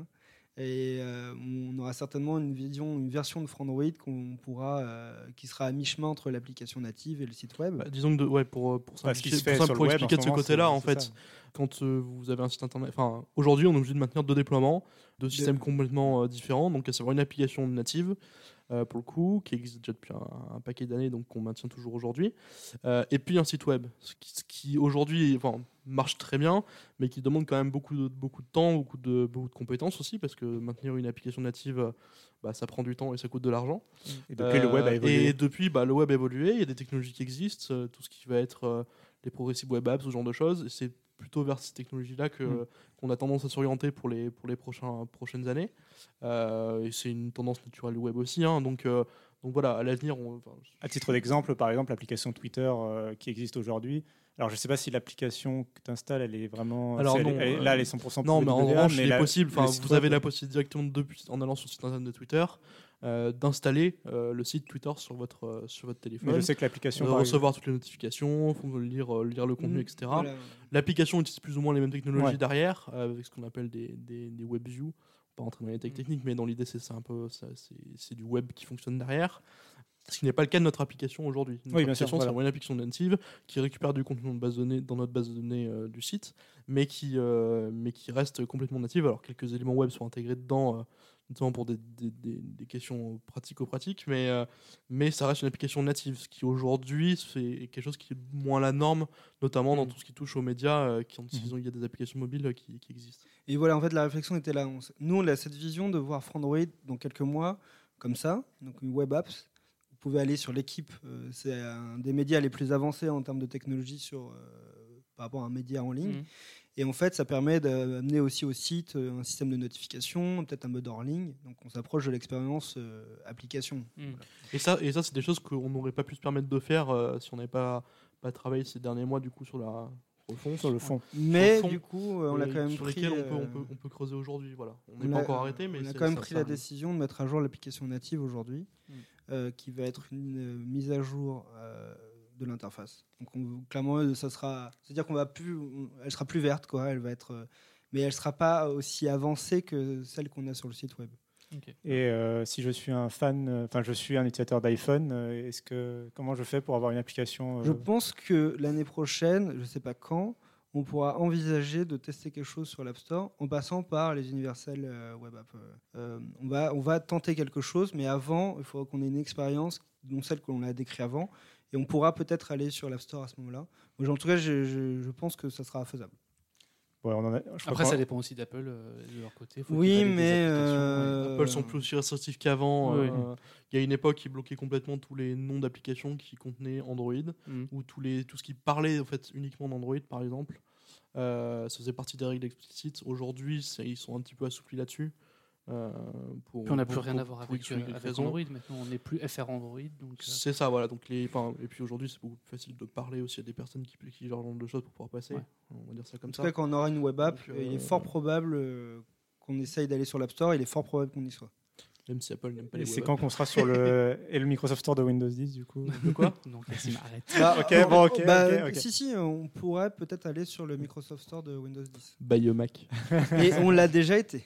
Et euh, on aura certainement une, vision, une version de Frandroid qu'on pourra, euh, qui sera à mi-chemin entre l'application native et le site web. Bah, disons que de- ouais, pour, pour, Bah, ce qui simplifier- se fait pour, sur pour le web expliquer en de ce ce moment, côté-là, c'est- en c'est fait, ça. quand euh, vous avez un site internet, enfin, aujourd'hui, on est obligé de maintenir deux déploiements, deux systèmes complètement euh, différents, donc à savoir une application native, euh, pour le coup, qui existe déjà depuis un, un paquet d'années, donc qu'on maintient toujours aujourd'hui, euh, et puis un site web, ce qui, ce qui aujourd'hui enfin, marche très bien, mais qui demande quand même beaucoup de, beaucoup de temps, beaucoup de, beaucoup de compétences aussi, parce que maintenir une application native, euh, bah, ça prend du temps et ça coûte de l'argent. Et depuis, le web a Euh, évolué. Et depuis, bah, le web a évolué, il y a des technologies qui existent, euh, tout ce qui va être euh, les progressive web apps, ce genre de choses, et c'est plutôt vers ces technologies-là que, Mm. qu'on a tendance à s'orienter pour les, pour les prochains, prochaines années. Euh, et c'est une tendance naturelle du web aussi. Hein, donc, euh, donc voilà, à l'avenir, on, enfin, À titre d'exemple, par exemple, l'application Twitter euh, qui existe aujourd'hui. Alors, je ne sais pas si l'application que tu installes, elle est vraiment. Alors si elle non, est- elle est- euh, là, elle est cent pour cent non, mais en W A, revanche, il est la- possible. le Enfin, site vous web- avez la possibilité directement depuis, en allant sur le site internet de Twitter, euh, d'installer euh, le site Twitter sur votre euh, sur votre téléphone, Mais je sais que l'application. de par recevoir toutes les notifications, faut lire euh, lire le contenu, Mm. et cetera. Voilà. L'application utilise plus ou moins les mêmes technologies Ouais. derrière, euh, avec ce qu'on appelle des, des, des web views. Pas rentrer dans les tech techniques, mais dans l'idée, c'est c'est un peu, ça, c'est c'est du web qui fonctionne derrière. Ce qui n'est pas le cas de notre application aujourd'hui. Notre Oui, bien sûr, application, voilà. c'est une application native qui récupère du contenu de base de données, dans notre base de données euh, du site, mais qui, euh, mais qui reste complètement native. Alors, quelques éléments web sont intégrés dedans, euh, notamment pour des, des, des, des questions pratico-pratiques, mais, euh, mais ça reste une application native, ce qui aujourd'hui, c'est quelque chose qui est moins la norme, notamment dans Mm. tout ce qui touche aux médias, euh, qui, Mhm. ils ont- il y a des applications mobiles euh, qui, qui existent. Et voilà, en fait, la réflexion était là. On s- Nous, on a cette vision de voir Frandroid dans quelques mois, comme ça, donc une web apps. Vous pouvez aller sur l'équipe, euh, c'est un des médias les plus avancés en termes de technologie sur, euh, par rapport à un média en ligne. Mhm. Et en fait, ça permet d'amener aussi au site euh, un système de notification, peut-être un mode hors ligne. Donc, on s'approche de l'expérience euh, application. Mm. Et ça, et ça c'est des choses qu'on n'aurait pas pu se permettre de faire euh, si on n'avait pas, pas travaillé ces derniers mois du coup, sur la refonte. Sur le fond. Mais fond, du coup, euh, on a euh, quand même sur pris. lesquels on peut, on, euh, peut, on peut creuser aujourd'hui. Voilà. On on n'est pas a- encore arrêté, mais on a c'est- quand même ça- pris ça la arrive. décision de mettre à jour l'application native aujourd'hui, Mm. euh, qui va être une euh, mise à jour euh, de l'interface. Donc on- clairement, euh, ça sera, c'est-à-dire qu'on va plus, on- elle sera plus verte, quoi. Elle va être, euh, mais elle sera pas aussi avancée que celle qu'on a sur le site web. Ok. Et euh, si je suis un fan, euh, enfin, je suis un utilisateur d'iPhone, euh, est-ce que comment je fais pour avoir une application euh, Je pense que l'année prochaine, je sais pas quand, on pourra envisager de tester quelque chose sur l'App Store en passant par les universels euh, web app. Euh, on va, on va tenter quelque chose, mais avant, il faut qu'on ait une expérience, dont celle que l'on a décrite avant, et on pourra peut-être aller sur l'App Store à ce moment-là. Moi, en tout cas, je, je, je pense que ça sera faisable. ouais, on en a- je crois Après, qu'on- ça dépend aussi d'Apple euh, de leur côté. Faut Oui, qu'ils valident des mais, applications, euh, Apple sont plus aussi restrictifs qu'avant. Oui. euh, Il y a une époque qui bloquait complètement tous les noms d'applications qui contenaient Android, ouais. Mm. ou tous les, tout ce qui parlait en fait, uniquement d'Android, par exemple. Euh, ça faisait partie des règles explicites. Aujourd'hui, c'est- ils sont un petit peu assouplis là-dessus. Euh, pour, Puis on n'a pour- plus rien pour- à voir pour avec, X ou Y euh, avec raison. Android. Maintenant, on n'est plus F R Android. Donc, euh, C'est ça, voilà. Donc les, enfin, et puis aujourd'hui, c'est beaucoup plus facile de parler aussi à des personnes qui, qui leur genre de choses pour pouvoir passer. Ouais. On va dire ça comme En tout ça. cas, quand on aura une web app, Donc, euh, il est fort probable euh, qu'on essaye d'aller sur l'App Store. Il est fort probable qu'on y soit. Même si Apple n'aime pas Et les c'est web quand apps. qu'on sera sur le et le Microsoft Store de Windows dix du coup. De quoi donc, Cassim, arrête. Bah, Ok, bon, ok, bah, ok, ok. Si, si, on pourrait peut-être aller sur le Microsoft Store de Windows dix. By a Mac. Et on l'a déjà été.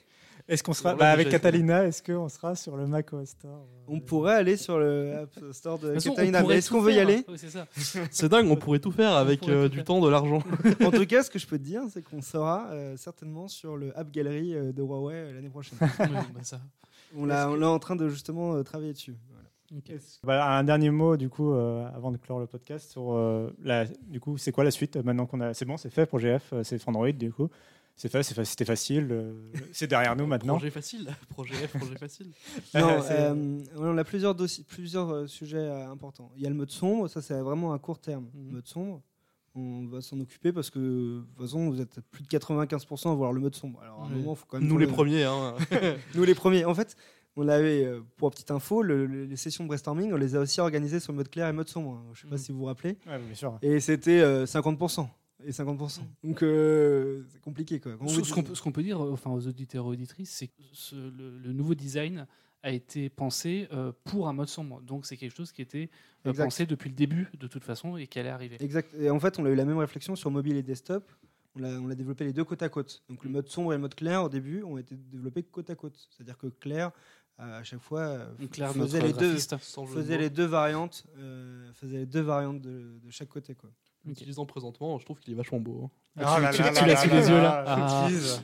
Est-ce qu'on sera Bon, là, bah, avec déjà, Catalina, est-ce qu'on sera sur le macOS Store? On pourrait aller sur le App Store de, De toute façon, Catalina, on mais pourrait est-ce qu'on tout veut y faire. aller? Oui, c'est ça. C'est dingue, on pourrait tout faire avec pourrait euh, tout du faire. temps, de l'argent. En tout cas, ce que je peux te dire, c'est qu'on sera euh, certainement sur le App Gallery euh, de Huawei euh, l'année prochaine. Oui, bah ça. On l'a, on est en train de justement euh, travailler dessus. Voilà. Ok. Voilà, un dernier mot du coup euh, avant de clore le podcast sur euh, la, du coup c'est quoi la suite maintenant qu'on a c'est bon c'est fait pour G F euh, c'est Frandroid du coup c'est fait c'est fa- c'était facile euh, c'est derrière nous maintenant. Projet facile, projet F, projet facile. Non, C'est- euh, on a plusieurs, dossiers, plusieurs euh, sujets euh, importants. Il y a le mode sombre, ça c'est vraiment à court terme. Mhm. Mode sombre, on va s'en occuper parce que de toute façon vous êtes plus de quatre-vingt-quinze pour cent à voir le mode sombre. Alors à un Oui. moment, faut quand même Nous les tourner- premiers. Hein. Nous les premiers. En fait, on avait, euh, pour petite info, le- le- les sessions de brainstorming, on les a aussi organisées sur mode clair et mode sombre. Je ne sais pas Mhm. si vous vous rappelez. Ouais, bien sûr. Et c'était euh, cinquante pour cent. Et cinquante pour cent. Donc euh, c'est compliqué quoi. Quand Ce, vous ce qu'on peut, ce qu'on peut dire enfin, aux auditeurs et auditrices, c'est que ce- le, le nouveau design a été pensé euh, pour un mode sombre. Donc c'est quelque chose qui était euh, Exact. pensé depuis le début de toute façon et qui allait arriver. Exact. Et en fait, on a eu la même réflexion sur mobile et desktop. On l'a, on l'a développé les deux côte à côte. Donc le mode sombre et le mode clair, au début, ont été développés côte à côte. C'est-à-dire que clair, à chaque fois, euh, Donc, Claire, faisait notre les deux, graphiste. Sans jeu de faisait mots. les deux variantes, euh, faisait les deux variantes de, de chaque côté quoi. L'utilisant présentement, je trouve qu'il est vachement beau. hein. Ah là tu- là tu là l'as là sous là les yeux, là. là, Ah. j'utilise.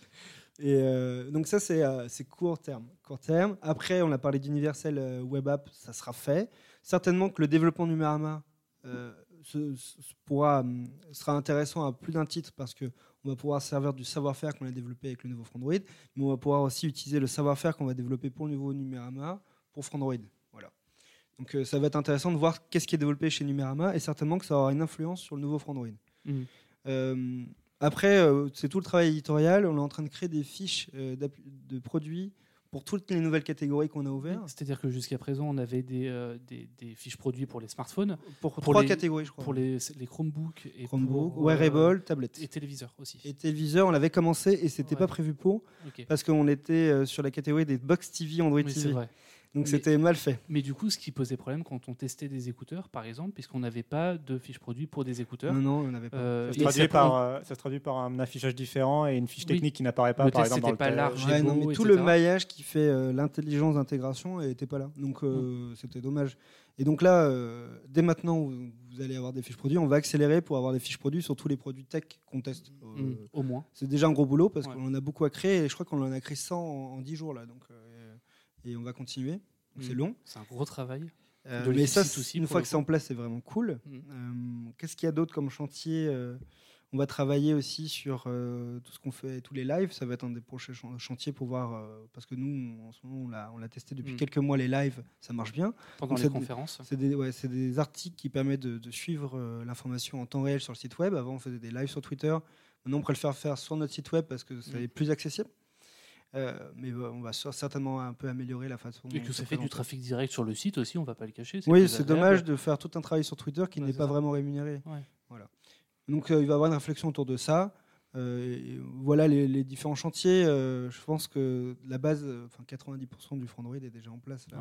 Et euh, donc ça c'est, euh, c'est court terme. Court terme. Après, on a parlé d'Universal euh, Web App, ça sera fait. Certainement que le développement de Numérama euh, se- se- pourra, hum, sera intéressant à plus d'un titre parce que on va pouvoir servir du savoir-faire qu'on a développé avec le nouveau Frandroid, mais on va pouvoir aussi utiliser le savoir-faire qu'on va développer pour le nouveau Numérama pour Frandroid. Voilà. Donc euh, ça va être intéressant de voir qu'est-ce qui est développé chez Numérama et certainement que ça aura une influence sur le nouveau Frandroid. Mhm. Euh, après, euh, c'est tout le travail éditorial. On est en train de créer des fiches euh, d'app- de produits pour toutes les nouvelles catégories qu'on a ouvertes. C'est-à-dire que jusqu'à présent, on avait des, euh, des, des fiches produits pour les smartphones, Pour, pour trois les- catégories, je crois. pour les, les Chromebooks et Chromebook, pour, euh, wearable, tablette. et téléviseurs aussi. Et téléviseur, on l'avait commencé et c'était Ouais. pas prévu pour Ok. parce qu'on était euh, sur la catégorie des box T V, Android Oui, T c'est V. vrai. Donc Mais- c'était mal fait. Mais du coup, ce qui posait problème quand on testait des écouteurs, par exemple, puisqu'on n'avait pas de fiches produits pour des écouteurs. Non, non, on n'avait pas. Euh, Ça se et traduit ça- par euh, ça se traduit par un affichage différent et une fiche Oui. technique qui n'apparaît pas Le par test, exemple dans c'était le pas tel- large. Ouais, non, beau, mais tout et cetera. le maillage qui fait euh, l'intelligence d'intégration n'était pas là. Donc euh, c'était dommage. Et donc là, euh, dès maintenant, vous, vous allez avoir des fiches produits. On va accélérer pour avoir des fiches produits sur tous les produits tech qu'on teste. Euh, Mm, au moins. C'est déjà un gros boulot parce Ouais. qu'on en a beaucoup à créer et je crois qu'on en a créé cent en, en dix jours là. Donc, euh, et on va continuer. Donc, C'est Mm. long. C'est un gros travail. Euh, De mais ça, l'équipe aussi, une pour fois le que c'est en place, c'est vraiment cool. Mm. Euh, Qu'est-ce qu'il y a d'autre comme chantier euh, On va travailler aussi sur euh, tout ce qu'on fait, tous les lives. Ça va être un des prochains chan- chantiers pour voir, euh, parce que nous, en ce moment, on l'a, on l'a testé depuis Mm. quelques mois, les lives, ça marche bien. Pendant Donc, les c'est- conférences. C'est des, ouais, c'est des articles qui permettent de, de suivre euh, l'information en temps réel sur le site web. Avant, on faisait des lives sur Twitter. Maintenant, on pourrait le faire faire sur notre site web parce que c'est Mm. plus accessible. Euh, mais euh, on va sur- certainement un peu améliorer la façon Et dont que c'est ça fait du présenté. trafic direct sur le site aussi, on va pas le cacher. Oui, plus c'est agréable. dommage de faire tout un travail sur Twitter qui Ouais, n'est c'est pas ça. vraiment rémunéré. Ouais. Voilà. Donc euh, il va y avoir une réflexion autour de ça. Euh, et voilà les, les différents chantiers. Euh, je pense que la base, euh, enfin quatre-vingt-dix pour cent du Frandroid est déjà en place. Là.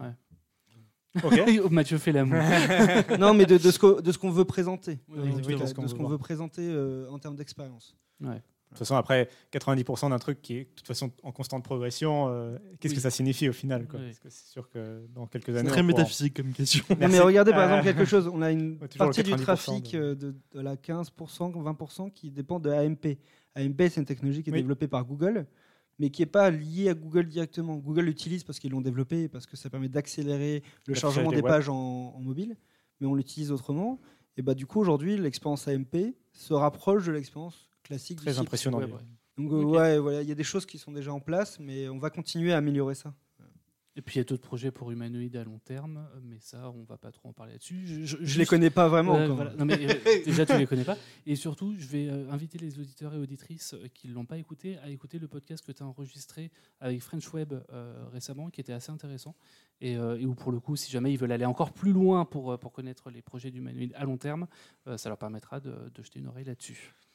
Ouais. Oh, Mathieu fait l'amour. Non, mais de, de ce qu'on, de ce qu'on veut présenter. Oui, Euh, oui, en tout oui, cas, de ce qu'on de ce veut qu'on voir. veut présenter euh, en termes d'expérience. Ouais. De toute façon, après, quatre-vingt-dix pour cent d'un truc qui est de toute façon en constante progression, euh, qu'est-ce Oui. que ça signifie au final quoi Oui. Parce que c'est sûr que dans quelques C'est années. très on pourra- métaphysique comme question. Non, Merci. mais regardez par Euh, exemple quelque chose. On a une ouais, toujours partie le du quatre-vingt-dix pour cent trafic de- euh, de, de la quinze pour cent, vingt pour cent qui dépend de A M P. A M P, c'est une technologie qui est Oui. développée par Google, mais qui n'est pas liée à Google directement. Google l'utilise parce qu'ils l'ont développé, et parce que ça permet d'accélérer le L'affichage chargement des des web. pages en, en mobile, mais on l'utilise autrement. Et bah, du coup, aujourd'hui, l'expérience A M P se rapproche de l'expérience classique du Très site. impressionnant. Ouais, d'ailleurs. ouais. Donc, euh, Ok. ouais, voilà, il y a des choses qui sont déjà en place, mais on va continuer à améliorer ça. Et puis il y a d'autres projets pour humanoïdes à long terme, mais ça, on va pas trop en parler là-dessus. Je, je- Je juste- les connais pas vraiment Ouais, encore. voilà. Non, mais, euh, déjà, tu les connais pas. Et surtout, je vais euh, inviter les auditeurs et auditrices euh, qui ne l'ont pas écouté à écouter le podcast que tu as enregistré avec French Web euh, récemment, qui était assez intéressant. Et, euh, et où, pour le coup, si jamais ils veulent aller encore plus loin pour, euh, pour connaître les projets d'humanoïdes à long terme, euh, ça leur permettra de, de jeter une oreille là-dessus.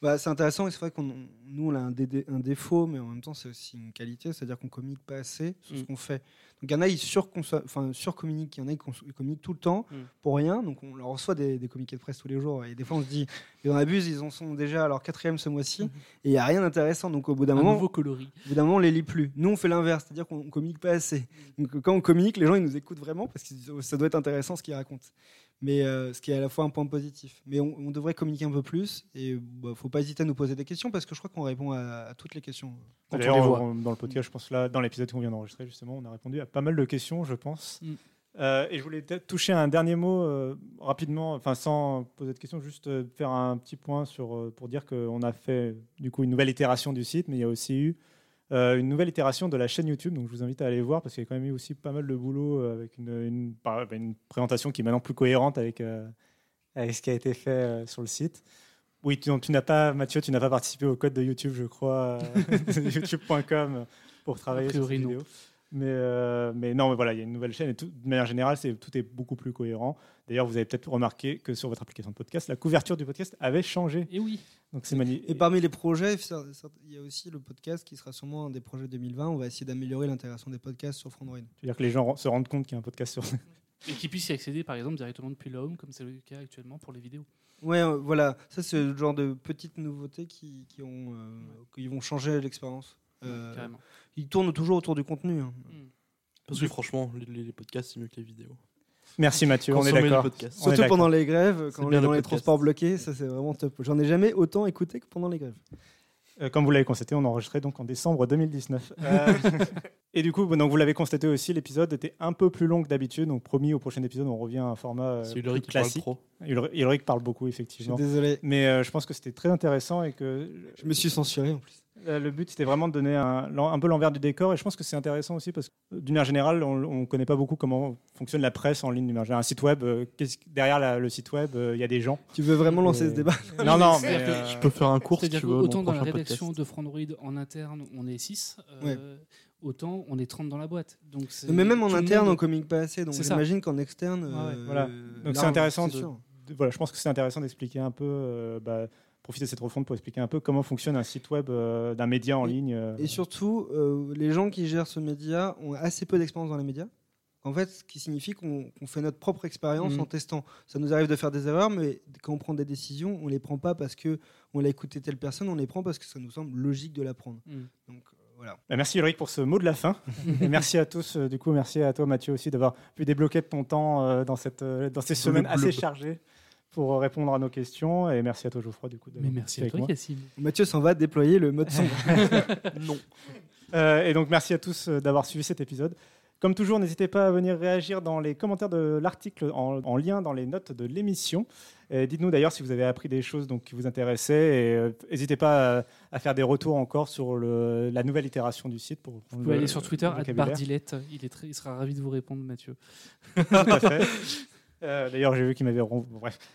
Bah, c'est intéressant et c'est vrai qu'on nous on a un, dé- un défaut, mais en même temps c'est aussi une qualité, c'est-à-dire qu'on communique pas assez sur ce Mm. qu'on fait. Donc il y en a ils surconso- enfin surcommuniquent, il y en a ils, cons- ils communiquent tout le temps Mm. pour rien. Donc on leur reçoit des, des communiqués de presse tous les jours et des fois on se dit ils en abusent, ils en sont déjà à leur quatrième ce mois-ci Mm. et il y a rien d'intéressant. Donc au bout d'un Un moment, nouveau coloris. au bout d'un moment on les lit plus. Nous on fait l'inverse, c'est-à-dire qu'on communique pas assez. Donc quand on communique, les gens ils nous écoutent vraiment parce que ça doit être intéressant ce qu'ils racontent. Mais euh, ce qui est à la fois un point positif. Mais on, on devrait communiquer un peu plus et bah, faut pas hésiter à nous poser des questions parce que je crois qu'on répond à, à toutes les questions quand D'ailleurs, on les voit. on- dans le podcast, je pense là, dans l'épisode qu'on vient d'enregistrer, justement, on a répondu à pas mal de questions, je pense. Mm. Euh, et je voulais peut-être toucher à un dernier mot euh, rapidement, enfin sans poser de questions, juste euh, faire un petit point sur, euh, pour dire qu'on a fait du coup une nouvelle itération du site, mais il y a aussi eu euh, une nouvelle itération de la chaîne YouTube. Donc je vous invite à aller voir parce qu'il y a quand même eu aussi pas mal de boulot euh, avec une, une, par- une présentation qui est maintenant plus cohérente avec, euh, avec ce qui a été fait euh, sur le site. Oui, tu, tu n'as pas, Mathieu, tu n'as pas participé au code de YouTube, je crois, euh, youtube point com pour travailler A sur priori, ces non. vidéos. Mais, euh, mais non, mais voilà, il y a une nouvelle chaîne et tout, de manière générale, c'est, tout est beaucoup plus cohérent. D'ailleurs, vous avez peut-être remarqué que sur votre application de podcast, la couverture du podcast avait changé. Et oui. Donc c'est magnifique. Et parmi les projets, il y a aussi le podcast qui sera sûrement un des projets deux mille vingt. On va essayer d'améliorer l'intégration des podcasts sur Frandroid. C'est-à-dire que les gens se rendent compte qu'il y a un podcast sur. Et qu'ils puissent y accéder, par exemple, directement depuis la home, comme c'est le cas actuellement pour les vidéos. Ouais, euh, voilà. Ça, c'est le genre de petites nouveautés qui, qui, ont, euh, qui vont changer l'expérience. Euh, Carrément. ils tournent toujours autour du contenu. Hein. Mm. Parce que franchement, les, les podcasts, c'est mieux que les vidéos. Merci Mathieu, on est Consommez le d'accord. podcast. On est Surtout d'accord. pendant les grèves, C'est quand on bien est dans le les podcast. transports bloqués, ça c'est vraiment top. J'en ai jamais autant écouté que pendant les grèves. Euh, comme vous l'avez constaté, on a enregistré donc en décembre deux mille dix-neuf. Euh, et du coup, bon, donc vous l'avez constaté aussi, l'épisode était un peu plus long que d'habitude. Donc promis, au prochain épisode, on revient à un format euh, C'est plus Ulrich qui parle classique. trop. Ulrich Ulrich parle beaucoup, Je suis effectivement. désolé, Mais euh, je pense que c'était très intéressant et que je me suis censuré en plus. euh, le but c'était vraiment de donner un, un peu l'envers du décor. Et je pense que c'est intéressant aussi parce que euh, d'une manière générale, on ne connaît pas beaucoup comment fonctionne la presse en ligne. D'une manière générale. Un site web, euh, qu'est-ce- derrière la- le site web, euh, il y a des gens. Tu veux vraiment lancer Et- ce débat? Non, non, mais C'est-à-dire que euh, Je peux faire un cours si C'est-à-dire tu veux. qu'autant mon dans la prochain rédaction podcast. de Frandroid en interne, on est six, Ouais. autant on est trente dans la boîte. Donc c'est- Mais même en tout le interne, monde- on communique pas assez. Donc C'est ça. j'imagine qu'en externe. Ouais, euh, voilà. Donc c'est là, intéressant c'est de- sûr. de- voilà, je pense que c'est intéressant d'expliquer un peu, euh, bah, profiter de cette refonte pour expliquer un peu comment fonctionne un site web euh, d'un média en Et- ligne. euh. Et surtout, euh, les gens qui gèrent ce média ont assez peu d'expérience dans les médias. En fait, ce qui signifie qu'on qu'on fait notre propre expérience Mhm. en testant. Ça nous arrive de faire des erreurs, mais quand on prend des décisions, on les prend pas parce que on l'a écouté telle personne, on les prend parce que ça nous semble logique de la prendre. Mm. Donc euh, voilà. Bah, merci Ulrich pour ce mot de la fin. Et merci à tous. euh, du coup, merci à toi Mathieu aussi d'avoir pu débloquer de ton temps euh, dans, cette, euh, dans ces semaines assez chargées pour euh, répondre à nos questions. Et merci à toi Geoffroy du coup. Mais merci à avec toi, moi. Cassim. Mathieu s'en va déployer le mode sombre. Non. Euh, et donc merci à tous euh, d'avoir suivi cet épisode. Comme toujours, n'hésitez pas à venir réagir dans les commentaires de l'article en, en lien dans les notes de l'émission. Et dites-nous d'ailleurs si vous avez appris des choses donc, qui vous intéressaient. Et euh, n'hésitez pas à, à faire des retours encore sur le, la nouvelle itération du site. Pour Vous pouvez aller sur Twitter, à Bardilette. Il, est très- il sera ravi de vous répondre, Mathieu. Tout à fait. Euh, D'ailleurs, j'ai vu qu'il m'avait ron- bon, bref.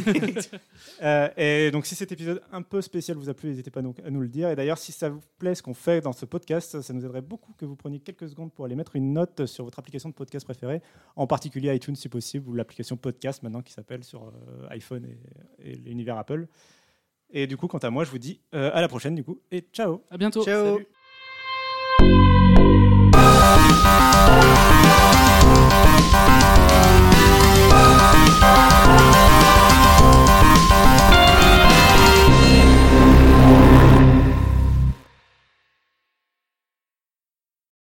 Euh, et donc, si cet épisode un peu spécial vous a plu, n'hésitez pas donc à nous le dire. Et d'ailleurs, si ça vous plaît ce qu'on fait dans ce podcast, ça nous aiderait beaucoup que vous preniez quelques secondes pour aller mettre une note sur votre application de podcast préférée, en particulier iTunes si possible, ou l'application podcast maintenant qui s'appelle sur euh, iPhone et, et l'univers Apple. Et du coup, quant à moi, je vous dis euh, à la prochaine du coup et ciao. À bientôt. Ciao. Salut.